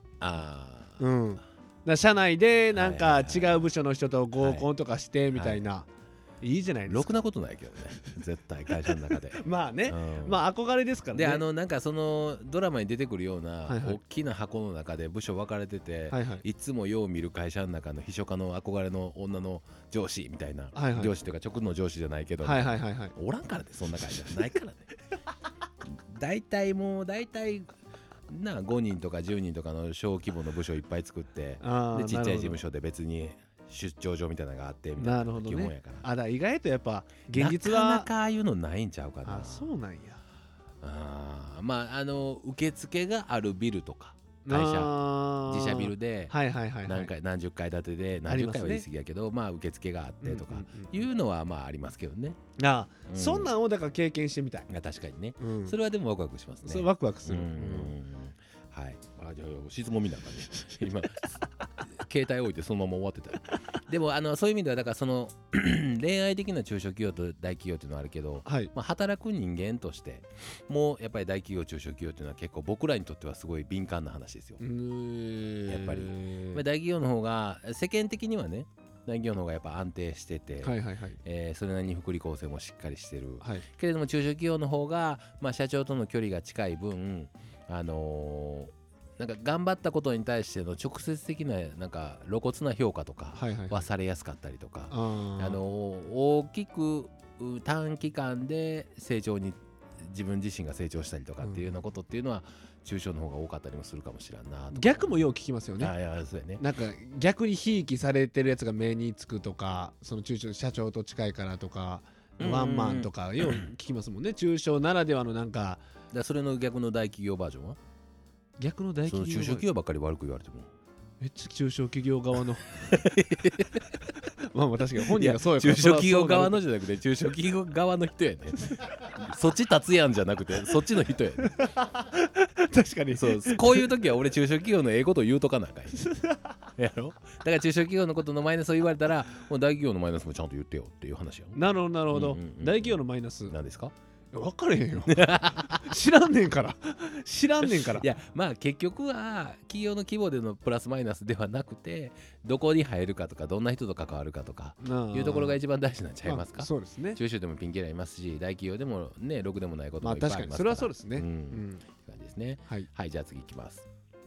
社内でなんか違う部署の人と合コンとかしてみたいな、いいじゃないですか。 ろくなことないけどね、絶対会社の中で。 まあね、まあ憧れですからね。 でなんかそのドラマに出てくるような大きな箱の中で部署分かれてて、いつもよう見る会社の中の秘書家の憧れの女の上司みたいな、上司というか直の上司じゃないけど、おらんからね、そんな会社ないからね。大体な5人とか10人とかの小規模の部署いっぱい作って、でちっちゃい事務所で別に出張所みたいなのがあってみたいな基本やから。 だ意外とやっぱ現実はなかなかああいうのないんちゃうかな。 そうなんや。 まあ受付があるビルとか会社自社ビルで何十階建てで、何十階は言い過ぎやけど、まあ受付があってとかいうのはまあありますけどね。 そんなんをだから経験してみたい。 確かにね、それはでもワクワクしますね。 それワクワクする。 はい。じゃあ質問見ながらね。今携帯置いてそのまま終わってたよ。でもそういう意味ではだからその恋愛的な中小企業と大企業っていうのはあるけど、働く人間としてもうやっぱり大企業中小企業っていうのは結構僕らにとってはすごい敏感な話ですよ。やっぱり大企業の方が世間的にはね、大企業の方がやっぱ安定してて、それなりに福利厚生もしっかりしてる、けれども中小企業の方が、社長との距離が近い分なんか頑張ったことに対しての直接的ななんか露骨な評価とかはされやすかったりとか、大きく短期間で成長に自分自身が成長したりとかっていうようなことっていうのは中小の方が多かったりもするかもしれんな。 逆もよう聞きますよね。 そうやね。 なんか逆にひいきされてるやつが目につくとか、その中小社長と近いからとか、ワンマンとかよう聞きますもんね。中小ならではのなんか。 それの逆の大企業バージョンは？ 逆の大企業。 中小企業ばっかり悪く言われても。 めっちゃ中小企業側の。まあ確かに本人がそうやから。中小企業側のじゃなくて中小企業側の人やね。そっち立つやんじゃなくてそっちの人やね。 確かに。 こういう時は俺中小企業のええこと言うとかなあかんやろ。だから中小企業のことのマイナスを言われたらもう大企業のマイナスもちゃんと言ってよっていう話よ。 なるほどなるほど。大企業のマイナス何ですか？ 分かれへんよ。知らんねんから。いやまあ結局は企業の規模でのプラスマイナスではなくて、どこに入るかとかどんな人と関わるかとかいうところが一番大事なんちゃいますか？ そうですね。 中小でもピンキラいますし、大企業でもねろくでもないこともいっぱいありますから。 確かにそれはそうですね。 感じですね。はい、じゃあ次いきます。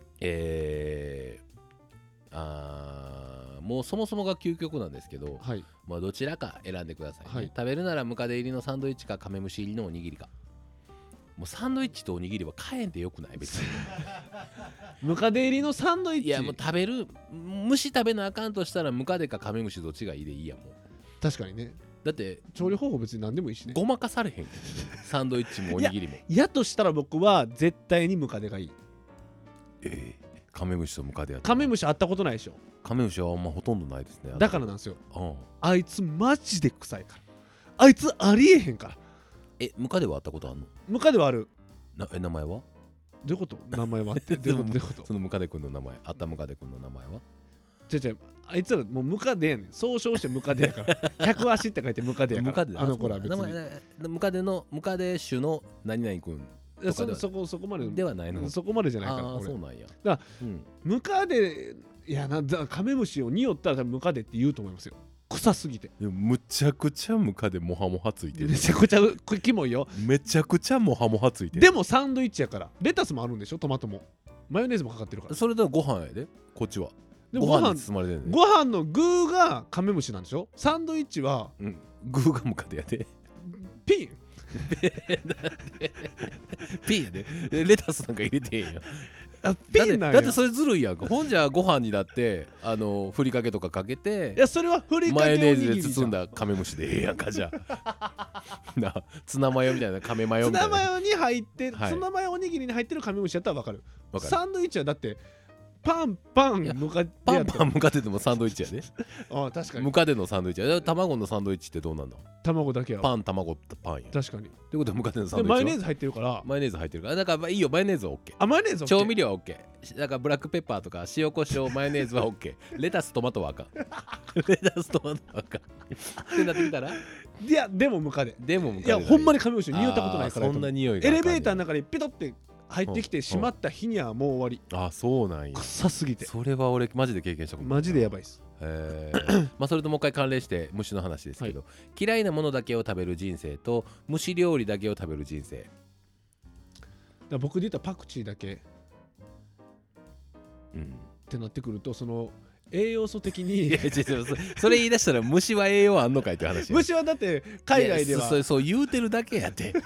もうそもそもが究極なんですけど、どちらか選んでくださいね。食べるならムカデ入りのサンドイッチかカメムシ入りのおにぎりか。もうサンドイッチとおにぎりは買えんでよくない？別にムカデ入りのサンドイッチ。 いやもう虫食べなあかんとしたらムカデかカメムシどっちがいいでいいやもう。 確かにね。 だって調理方法別に何でもいいしね。 ごまかされへんサンドイッチもおにぎりも。 やとしたら僕は絶対にムカデがいい。 カメムシとムカデやった。 カメムシ会ったことないでしょ？ カメムシはあんまほとんどないですね。 だからなんですよ。あいつマジで臭いから。あいつありえへんから。 ムカデは会ったことあるの？ ムカデはある。 名前は？ どういうこと？名前はってどういうこと？ そのムカデ君の名前、会ったムカデ君の名前は？ 違うあいつらもうムカデやねん。総称してムカデやから客足って書いてムカデやからムカデあの子らは別にムカデ種の何々君とかではそこまでではないの。 そこまでじゃないからああ俺そうなんや。 だからムカデいやなカメムシを匂ったら多分ムカデって言うと思いますよ。臭すぎていやむちゃくちゃムカデモハモハついてる。 めちゃくちゃキモいよ。 めちゃくちゃモハモハついてる。 でもサンドイッチやからレタスもあるんでしょ。トマトもマヨネーズもかかってるから。 それではご飯やでこっちは。 でもご飯に包まれてるね。 ご飯の具がカメムシなんでしょ。サンドイッチは具がムカデやで。 ピンピンやで。レタスなんか入れてへんやん。 ピンなんや。 だってそれずるいやんか。ほんじゃご飯にだってふりかけとかかけていやそれはふりかけマヨネーズおにぎりで包んだカメムシでええやんか。じゃあなツナマヨみたいなカメマヨツみたいな。 ナマヨに入ってはいツナマヨおにぎりに入ってるカメムシやったら分かる。 わかる。 サンドイッチはだってパンムカデパンパンムカデでもサンドイッチやで。 あ確かにムカデのサンドイッチや。卵のサンドイッチってどうなんの？ 卵だけはパン卵パンや。 確かに。 ってことはムカデのサンドイッチはでマヨネーズ入ってるからマヨネーズ入ってるからだからまあいいよマヨネーズは OK。 マヨネーズ OK 調味料は OK。だからブラックペッパーとか塩コショウマヨネーズは OK。レタストマトはあかん。レタストマトはあかん。ってなってきたらいやでもムカデでもムカデいやほんまにカメムシ匂ったことないからそんな匂いがエレベーターの中にピトって入ってきてしまった日にはもう終わり。 あそうなんや。 臭すぎてそれは俺マジで経験したことない。 マジでやばいっす。 まあそれともう一回関連して虫の話ですけど、嫌いなものだけを食べる人生と虫料理だけを食べる人生。 だから僕で言ったらパクチーだけってなってくるとその栄養素的にいや違うそれ言い出したら虫は栄養あんのかいって話や。 虫はだって海外ではそう言うてるだけやって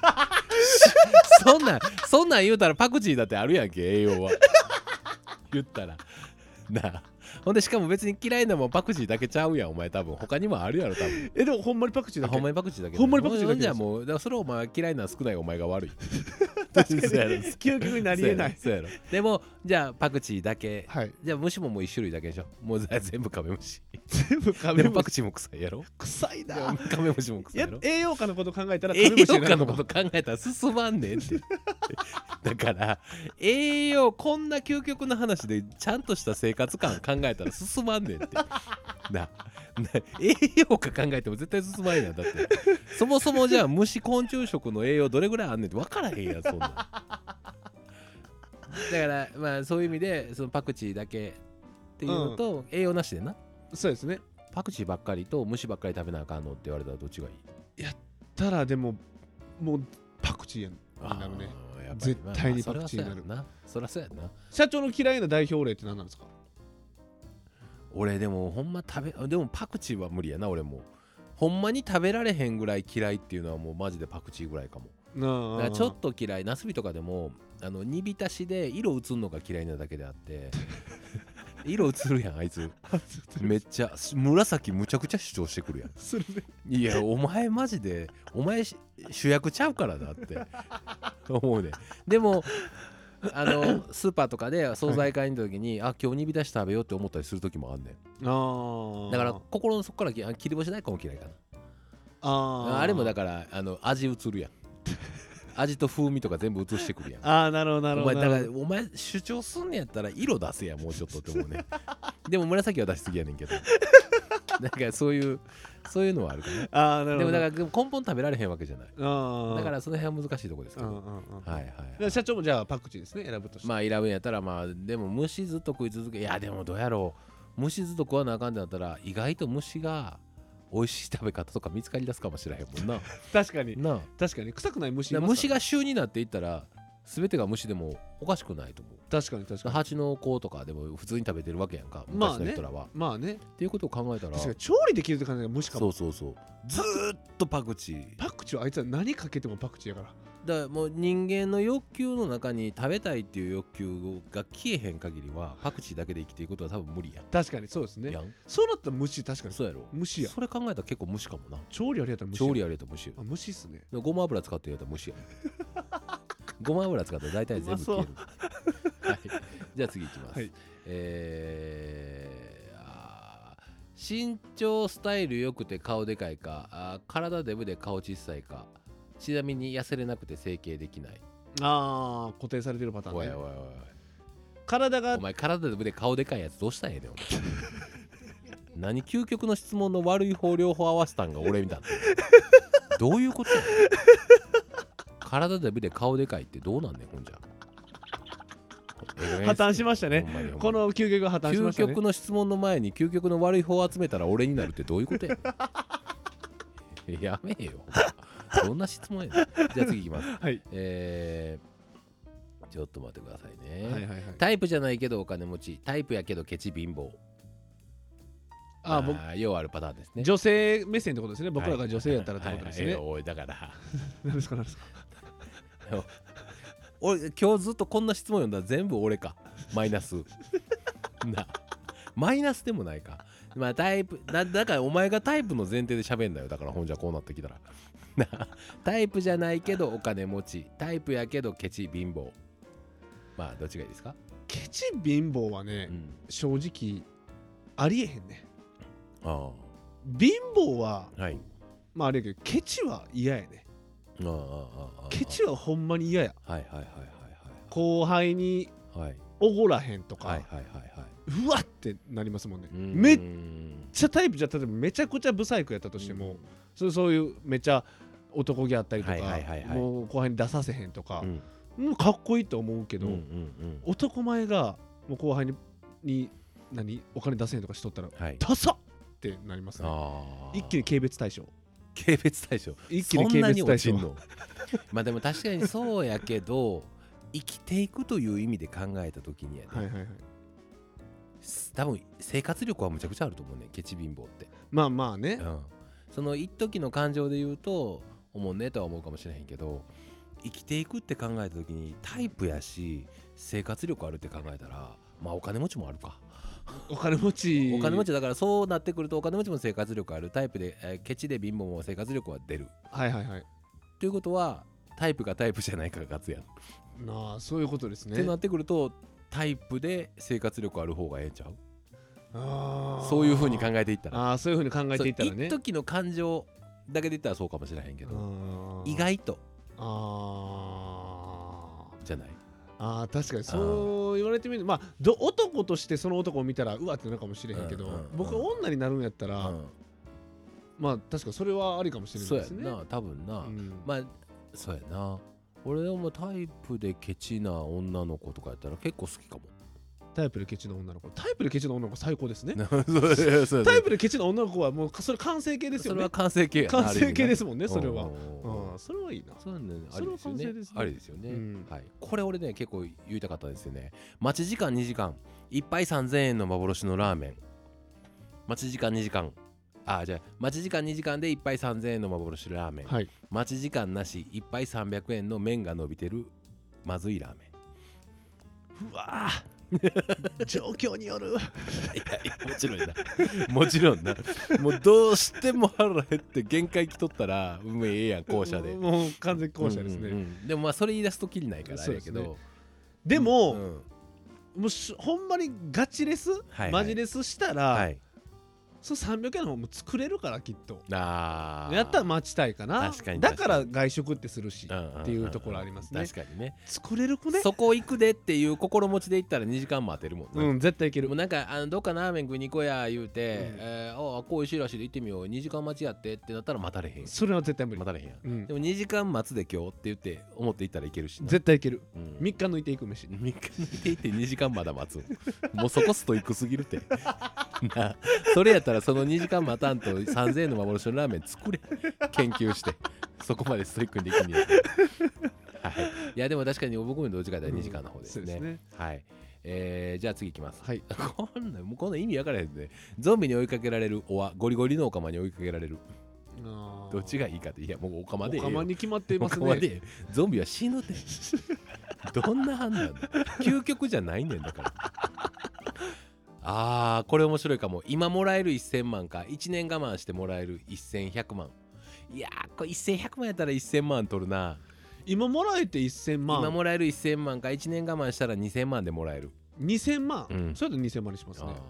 そんなん言うたらパクチーだってあるやんけ栄養は言ったらなあ。ほんでしかも別に嫌いなもんパクチーだけちゃうやんお前多分他にもあるやろ多分。 でもほんまにパクチーだけ。 ほんまにパクチーだけ。 ほんまにパクチーだけ。 じゃあもうだからそれをお前嫌いな少ないお前が悪い。 確かに究極になりえない。 そうやろ。でもじゃあパクチーだけ、 はい、 じゃあ虫ももう一種類だけでしょ。もう全部カメムシ。 全部カメムシ。 でもパクチーも臭いやろ。 臭いな。 カメムシも臭いやろ。 栄養価のこと考えたら栄養価のこと考えたら進まんねんって。だから栄養こんな究極の話でちゃんとした生活感考えたら進まんねんってな栄養価考えても絶対進まんやん。だってそもそもじゃあ虫昆虫食の栄養どれぐらいあんねんって分からへんやんそんなん。だからまあそういう意味でそのパクチーだけっていうのと、栄養なしでな。 そうですね。 パクチーばっかりと虫ばっかり食べなあかんのって言われたらどっちがいい？ やったらでももうパクチーになるね。絶対にパクチーになる。 そりゃそうやな。 社長の嫌いな代表例って何なんですか？ 俺でもほんまでもパクチーは無理やな。俺もほんまに食べられへんぐらい嫌いっていうのはもうマジでパクチーぐらいかも。だからちょっと嫌い。ナスビとかでも煮浸しで色移るのが嫌いなだけであって色移るやんあいつめっちゃ紫むちゃくちゃ主張してくるやん。いやお前マジでお前主役ちゃうからだって思うね。でもスーパーとかで惣菜買いの時に、あ今日煮浸し食べようって思ったりする時もあんねん。だから心の底から切り干し大根も嫌いかな。あれもだから味移るやん。味と風味とか全部移してくるやん。 なるほどなるほど。 だからお前主張すんねやったら色出せやもうちょっとって思うね。でも紫は出しすぎやねんけどなんかそういうのはあるかな。でもだから根本食べられへんわけじゃない。だからその辺は難しいとこですけど。はいはい。 社長もじゃあパクチーですね選ぶとして。 まあ選ぶんやったらまあでも虫ずっと食い続け、いやでもどうやろう、虫ずっと食わなあかんってなったら意外と虫が美味しい食べ方とか見つかりだすかもしれへんもんな。 確かにな確かに臭くない虫います。 虫が衆になっていったら全てが虫でもおかしくないと思う。 確かに確かに。 蜂の子とかでも普通に食べてるわけやんか昔の人らは。 まあねっていうことを考えたら確かに調理できるって感じが虫かも。 そうずーっとパクチーはあいつは何かけてもパクチーやから。 だからもう人間の欲求の中に食べたいっていう欲求が消えへん限りはパクチーだけで生きていくことは多分無理やん。 確かにそうですね。 やんそうなったら虫確かに。 そうやろ。 虫や。 それ考えたら結構虫かもな。 調理あれやったら虫。 調理あれやったら虫や。 虫っすね。 ごま油使ってやったら虫や。ごま油使ったら大体全部消える。はい、じゃあ次いきます。はい、身長スタイル良くて顔でかいか、体デブで顔小さいか、ちなみに痩せれなくて整形できない。 固定されてるパターンね。 おい体がお前体デブで顔でかいやつどうしたんやねんお前何究極の質問の悪い方両方合わせたんが俺みたいなどういうことや体で見て顔でかいってどうなんねんほんじゃ破綻しましたね。この究極が破綻しましたね。 究極の質問の前に究極の悪い方を集めたら俺になるってどういうことややめえよどんな質問やねん。じゃあ次いきます、 はい、 ちょっと待ってくださいね、 はいはいはい、 タイプじゃないけどお金持ち、タイプやけどケチ貧乏。ようあるパターンですね。 女性目線ってことですね。僕らが女性やったらってことですね。 おいだから何ですか何ですか俺今日ずっとこんな質問読んだら全部俺かマイナスなマイナスでもないか。まあタイプだからお前がタイプの前提で喋んだよ。だからほんじゃこうなってきたらタイプじゃないけどお金持ち、タイプやけどケチ貧乏。まあどっちがいいですか。 ケチ貧乏はね、正直ありえへんね。貧乏は、はい、まああれやけどケチは嫌やね。ケチはほんまに嫌や。後輩におごらへんとかうわってなりますもんね。めっちゃタイプじゃ例えばめちゃくちゃブサイクやったとしても、そういうめっちゃ男気あったりとか、もう後輩に出させへんとか、もうかっこいいと思うけど、男前がもう後輩にお金出せへんとかしとったらダサっってなりますね。一気に軽蔑対象。 軽蔑対象。 一気に軽蔑対象。 まあでも確かにそうやけど生きていくという意味で考えた時にやね、多分生活力はむちゃくちゃあると思うね、ケチ貧乏って。 まあまあね、 その一時の感情で言うと思うねとは思うかもしれへんけど、生きていくって考えた時にタイプやし生活力あるって考えたら、まあお金持ちもあるか。 お金持ちだからそうなってくるとお金持ちも生活力あるタイプで、ケチで貧乏も生活力は出る。ということはタイプがタイプじゃないかが勝つやんなあ。そういうことですね。 ってなってくるとタイプで生活力ある方がええんちゃう。そういう風に考えていったら、 そういう風に考えていったらね、 一時の感情だけで言ったらそうかもしれへんけど、意外とじゃない。 確かにそう言われてみると、まあ男としてその男を見たらうわってなるかもしれへんけど、僕が女になるんやったら、まあ確かにそれはありかもしれないですね。 そうやな、多分な、まあそうやな。俺もタイプでケチな女の子とかやったら結構好きかも。 タイプでケチな女の子、タイプでケチな女の子最高ですね。タイプでケチな女の子はもうそれ完成形ですよね。 それは完成形やな。 完成形ですもんね、それは。それはいいな。 それはありですよね。ありですよね。はい。これ俺ね結構言いたかったですよね。待ち時間2時間、1杯3000円の幻のラーメン。待ち時間2時間。じゃあ待ち時間2時間で1杯3000円の幻ラーメン。待ち時間なし1杯300円の麺が伸びてるまずいラーメン。 うわ状況による。いやもちろんなもちろんな。もうどうしても腹減って限界来とったらええやん後者で。 もう完全後者ですね。 でもまあそれ言い出すときりないからあれやけど、 でももうほんまにガチレスマジレスしたらその300円の方も作れるからきっと。やったら待ちたいかな。だから外食ってするしっていうところありますね。 確かにね。 作れる子ね。 そこ行くでっていう心持ちで行ったら2時間待てるもんね。 絶対行ける。 もうなんかどっかラーメン食いに行こうや言うて、こう美味しいらしいで行ってみよう2時間待ちやってってなったら待たれへん。 それは絶対無理。 待たれへんやん。でも2時間待つで今日って言って思って行ったらいけるし。 絶対行ける。3日抜いていく飯。 3日抜いていって2時間まだ待つ。もうそこストイックすぎるってそれやったらその2時間待たんと3000円の幻のラーメン作れ。研究してそこまでストイックにできんねや。いやでも確かに僕もどっちかというと2時間の方ですね。はい。じゃあ次いきます。こんな意味分からへんね。ゾンビに追いかけられるおわ、ゴリゴリのオカマに追いかけられる。どっちがいいかって。いやもうオカマで。 オカマに決まっていますね。 ゾンビは死ぬって。どんな判断だ。究極じゃないねんだから。これ面白いかも。今もらえる1000万か1年我慢してもらえる1100万。いやこれ1100万やったら1000万取るな。 今もらえて1000万。 今もらえる1000万か1年我慢したら2000万でもらえる。 2000万、それで2000万にしますね。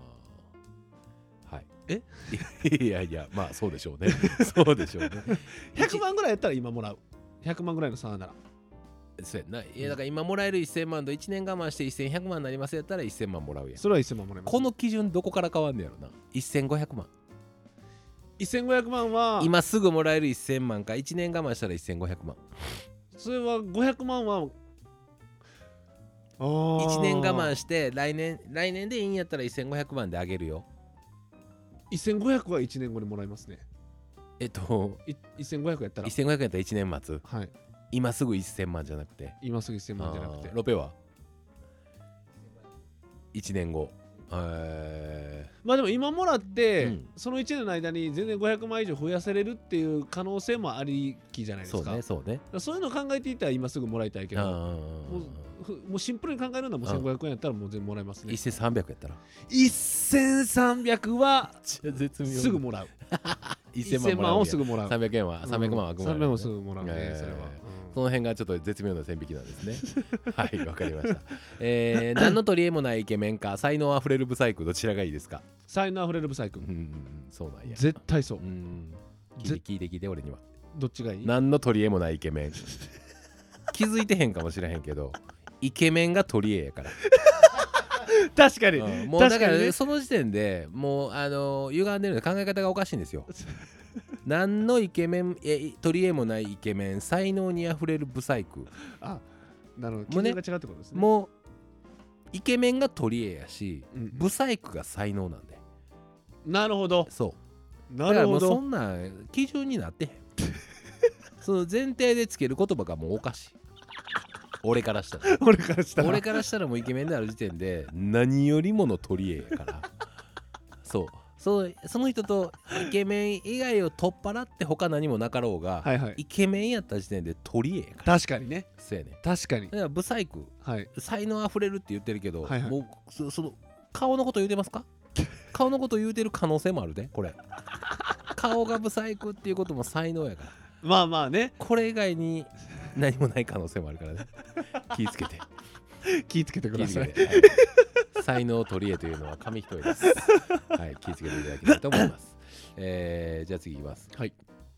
いやまあそうでしょうね。そうでしょうね。 100万ぐらいやったら今もらう。100万ぐらいの差ならそうやんな。いやだから今もらえる1000万と1年我慢して1100万になりますやったら1000万もらうやん。 それは1000万もらいます。 この基準どこから変わんねやろな。1500万 1500万は今すぐもらえる1000万か1年我慢したら1500万。 それは500万は 1年我慢して来年でいいんやったら1500万であげるよ。 1500は1年後にもらいますね。1500やったら 1500やったら1年待つ。 はい。 今すぐ1000万じゃなくて。 今すぐ1000万じゃなくて。 ロペは1年後。 まあでも今もらって、 うんその1年の間に全然500万以上増やせれるっていう可能性もありきじゃないですか。 そうね。 そういうのを考えていったら今すぐもらいたいけど、もうシンプルに考えるのはもう1500円やったらもう全部もらいますね。 1300やったら 1300は絶妙すぐもらう。 1000 1000万をすぐもらう。 300円は300万は 300万をすぐもらうね、それは。 その辺がちょっと絶妙な線引きなんですね。はいわかりました。何の取り柄もないイケメンか才能あふれるブサイクどちらがいいですか？ 才能あふれるブサイク。 そうなんや。 絶対そう。 聞いて俺には。 どっちがいい？ 何の取り柄もないイケメン。気づいてへんかもしれへんけどイケメンが取り柄やから。 確かに、 もうだからその時点でもう歪んでるので考え方がおかしいんですよ。何のイケメン取り柄もないイケメン才能にあふれるブサイク。 あ、なるほど。基準が違うってことですね。 もうイケメンが取り柄やし、ブサイクが才能なんで。 なるほど。 そうなるほど。 だからもうそんな基準になってへん。その前提でつける言葉がもうおかしい。俺からしたらもうイケメンである時点で何よりもの取り柄やからその人とイケメン以外を取っ払って他何もなかろうが、 はいはい、 イケメンやった時点で取り柄やから。 確かにね。 そうやね。 確かに。 だからブサイク、 はい、 才能あふれるって言ってるけど、 はいはい、 もうその顔のこと言うてますか？顔のこと言うてる可能性もあるでこれ。顔がブサイクっていうことも才能やから。 まあまあね。 これ以外に何もない可能性もあるからね。気ぃつけてください。 はい、才能取り柄というのは紙一重です。はい、気ぃつけていただきたいと思います。じゃあ次いきます。 はい。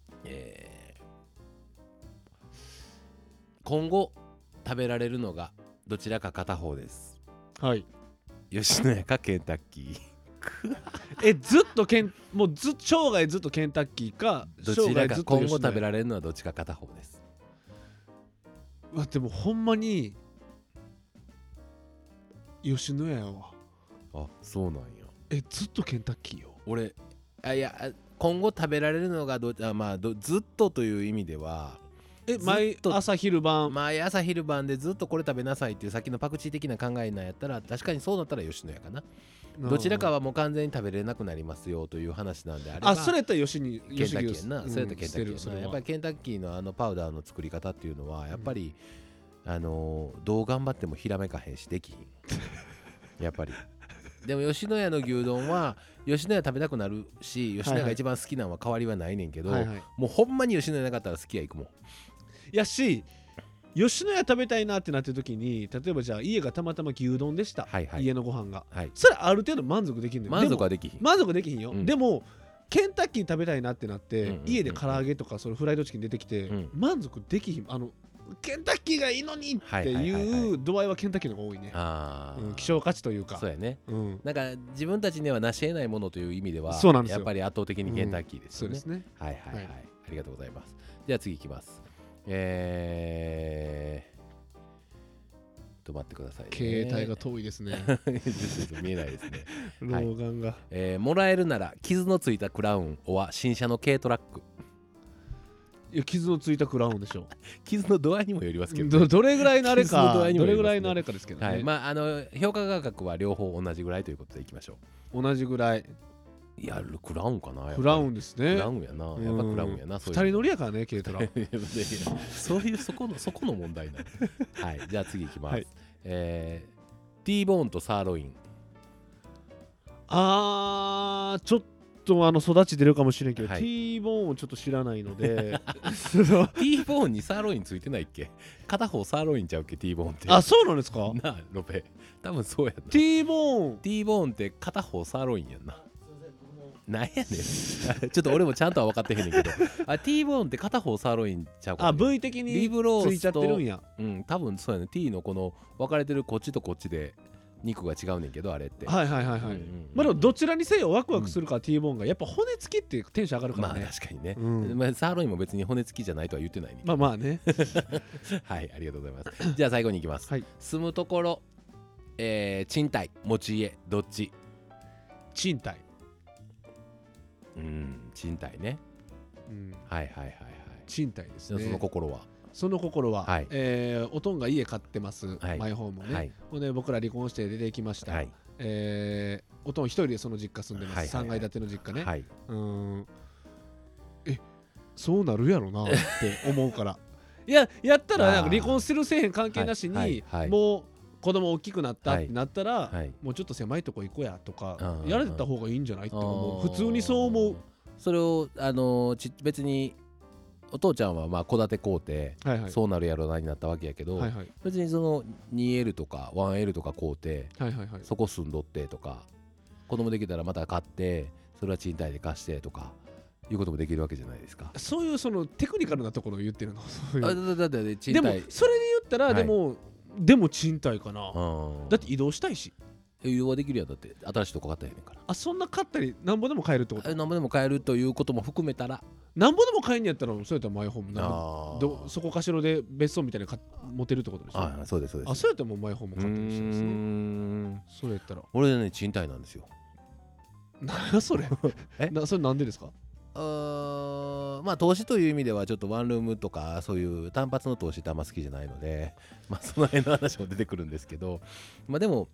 今後食べられるのがどちらか片方です。 はい。 吉野家かケンタッキー。 もう生涯ずっとケンタッキーか、 どちらか今後食べられるのはどっちか片方です。 でもほんまに吉野家やわ。 あ、そうなんや。 ずっとケンタッキーよ。 俺いや今後食べられるのがずっとという意味では毎朝昼晩でずっとこれ食べなさいっていうさっきのパクチー的な考えなんやったら確かにそうなったら吉野家かな。どちらかはもう完全に食べれなくなりますよという話なんであれば、 それやったらケンタッキーやな。それやったらケンタッキーやな。やっぱりケンタッキーのパウダーの作り方っていうのはやっぱり、どう頑張ってもひらめかへんしできひん。やっぱりでも吉野家の牛丼は吉野家食べたくなるし、吉野家が一番好きなのは変わりはないねんけど、もうほんまに吉野家なかったら好きや行くもん。 やし、吉野家食べたいなってなってる時に、例えばじゃあ家がたまたま牛丼でした、家のご飯が、それある程度満足できるのよ。 満足はできひん。 満足できひんよ、でもケンタッキー食べたいなってなって、家で唐揚げとかそのフライドチキン出てきて、満足できひん。ケンタッキーがいいのにっていう度合いはケンタッキーの方が多いね。希少価値というか。 そうやね。なんか自分たちには成し得ないものという意味ではやっぱり圧倒的にケンタッキーですよね。 そうですね。 はい。ありがとうございます。じゃあ次いきます。待ってくださいね。 携帯が遠いですね。 見えないですね。 老眼が、 もらえるなら傷のついたクラウンは新車の軽トラック。 いや、傷のついたクラウンでしょ。 傷の度合いにもよりますけど、 どれぐらいのあれか、どれぐらいのあれかですけどね。 評価価格は両方同じぐらいということでいきましょう。同じぐらい。 いや、クラウンかな。 クラウンですね。 クラウンやな。やっぱクラウンやな。 二人乗りやからね、軽トラ。 そういうそこの問題なの。はい、じゃあ次いきます。T ボーンとサーロイン。 ちょっと育ち出るかもしれんけど、T ボーンをちょっと知らないので。 T ボーンにサーロインついてないっけ？片方サーロインちゃうっけ T ボーンって。 そうなんですか？ なあ、ロペ。多分そうやな。 T ボーンって片方サーロインやんな。 なんやねんちょっと俺もちゃんとは分かってへんねんけどT ボーンって片方サーロインちゃうかあね。 部位的にリブロースとついちゃってるんや。 多分そうやね。 T のこの分かれてるこっちとこっちで肉が違うねんけどあれって。 はいはいはいはい、まあでもどちらにせよワクワクするから T ボーンがやっぱ骨付きってテンション上がるからね。 まあ確かにね、 うんまあ、サーロインも別に骨付きじゃないとは言ってないね。 まあまあねはいありがとうございますじゃあ最後に行きます、 はい、 住むところ、賃貸持ち家どっち？ 賃貸、 賃貸ね、はいはいはいはい。 賃貸ですね。 その心は？ その心は、 はいおとんが家買ってます、 はいマイホームをね、 はいほんで僕ら離婚して出てきました、 はいおとん一人でその実家住んでます、 はいはいはい 3階建ての実家ね、 はいそうなるやろなって思うからいややったらなんか離婚するせえへん関係なしに、 はいはいもう子供大きくなったってなったら、 はいもうちょっと狭いとこ行こうやとかうんやられた方がいいんじゃないって思う。普通にそう思う。 それを別にお父ちゃんはまあ戸建て買うて、 はいはいそうなるやろなになったわけやけど、 はいはい別にその 2L とか 1L とか買うてはいはいはいそこ住んどってとか、子供できたらまた買ってそれは賃貸で貸してとかいうこともできるわけじゃないですか。 そういうそのテクニカルなところを言ってるのそういうだって賃でも貸それで言ったら、 はいでも賃貸かな、 うんだって移動したいし、 移動はできるやん。だって新しいとこ買ったやねんから。 あそんな買ったりなんぼでも買えるってこと何ぼでも買えるということも含めたらなんぼでも買えんやったらそうやったらマイホームなんあーそこかしろで別荘みたいに持てるってことでしょ。 あそうですそうです。 あそうやったらもうマイホーム買ったりしたんですね。 んそうやったら俺ね賃貸なんですよ。 なんやそれえそれなんでですか。 まあ投資という意味ではちょっとワンルームとかそういう単発の投資ってあんま好きじゃないので、まあその辺の話も出てくるんですけど、まあでも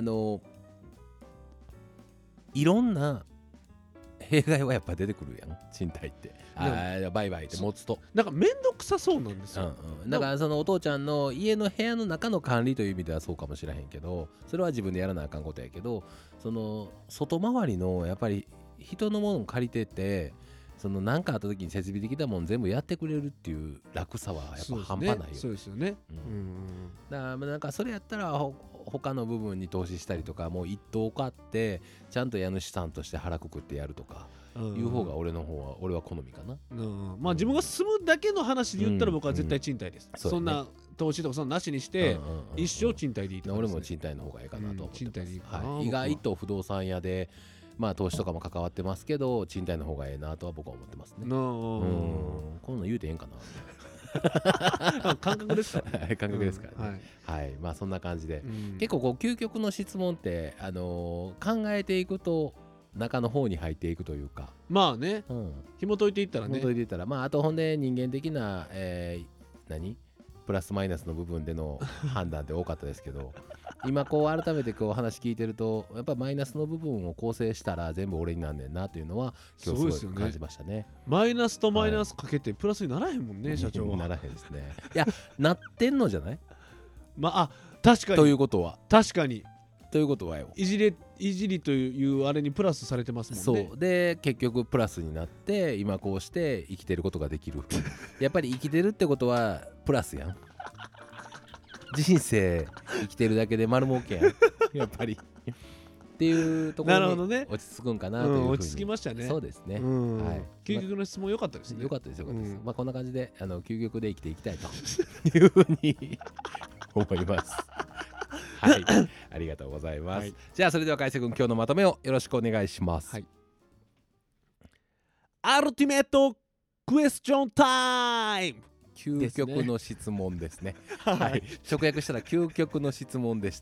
いろんな弊害はやっぱ出てくるやん賃貸って。バイバイって持つとなんかめんどくさそうなんですよ。 だからそのお父ちゃんの家の部屋の中の管理という意味ではそうかもしれへんけど、それは自分でやらなあかんことやけど、その外回りのやっぱり人のものを借りてて、その何かあった時に設備的なもん全部やってくれるっていう楽さはやっぱ半端ないよ。 そうですよね。 だからなんかそれやったら他の部分に投資したりとか、もう一棟買ってちゃんと家主さんとして腹くくってやるとかいう方が俺は好みかな。 まあ自分が住むだけの話で言ったら僕は絶対賃貸です。そんな投資とかそんななしにして一生賃貸でいいと思います。 俺も賃貸の方がいいかなと思ってます。 賃貸でいいかな。 意外と不動産屋でまあ投資とかも関わってますけど賃貸の方がええなとは僕は思ってますね。こんなん言うてええんかな感覚ですからね。 感覚ですからね。はいまあそんな感じで結構こう究極の質問って考えていくと中の方に入っていくというか、 まあね紐解いていったらね、 紐解いていったらまああとほんで人間的なプラスマイナスの部分での判断って多かったですけど今こう改めてこう話聞いてるとやっぱマイナスの部分を構成したら全部俺になんねんなというのは今日すごい感じましたね。 マイナスとマイナスかけてプラスにならへんもんね、社長は。 ならへんですね。いやなってんのじゃない？ まあ確かに。 ということは確かに。 ということはよ。 いじりというあれにプラスされてますもんね。 そうで結局プラスになって今こうして生きてることができる。やっぱり生きてるってことはプラスやん。人生生きてるだけで丸儲けやんやっぱりっていうところに落ち着くんかなというふうに、 落ち着きましたね。 そうですね、 究極の質問良かったですね。 良かったですよ、まあこんな感じで究極で生きていきたいというふうに思いますはいありがとうございます、じゃあそれでは海瀬君今日のまとめをよろしくお願いします。 アルティメットクエスチョンタイム。 究極の質問ですね。はい、直訳したら究極の質問でした。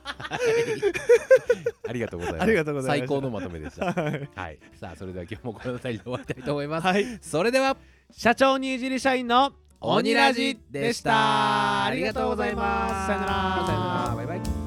ありがとうございます。 ありがとうございます。 最高のまとめでした。はい、さあそれでは今日もこの辺りで終わりたいと思います。 はい、 それでは社長にいじり社員のオニラジでした。 ありがとうございます。さよなら。 さよなら。バイバイ。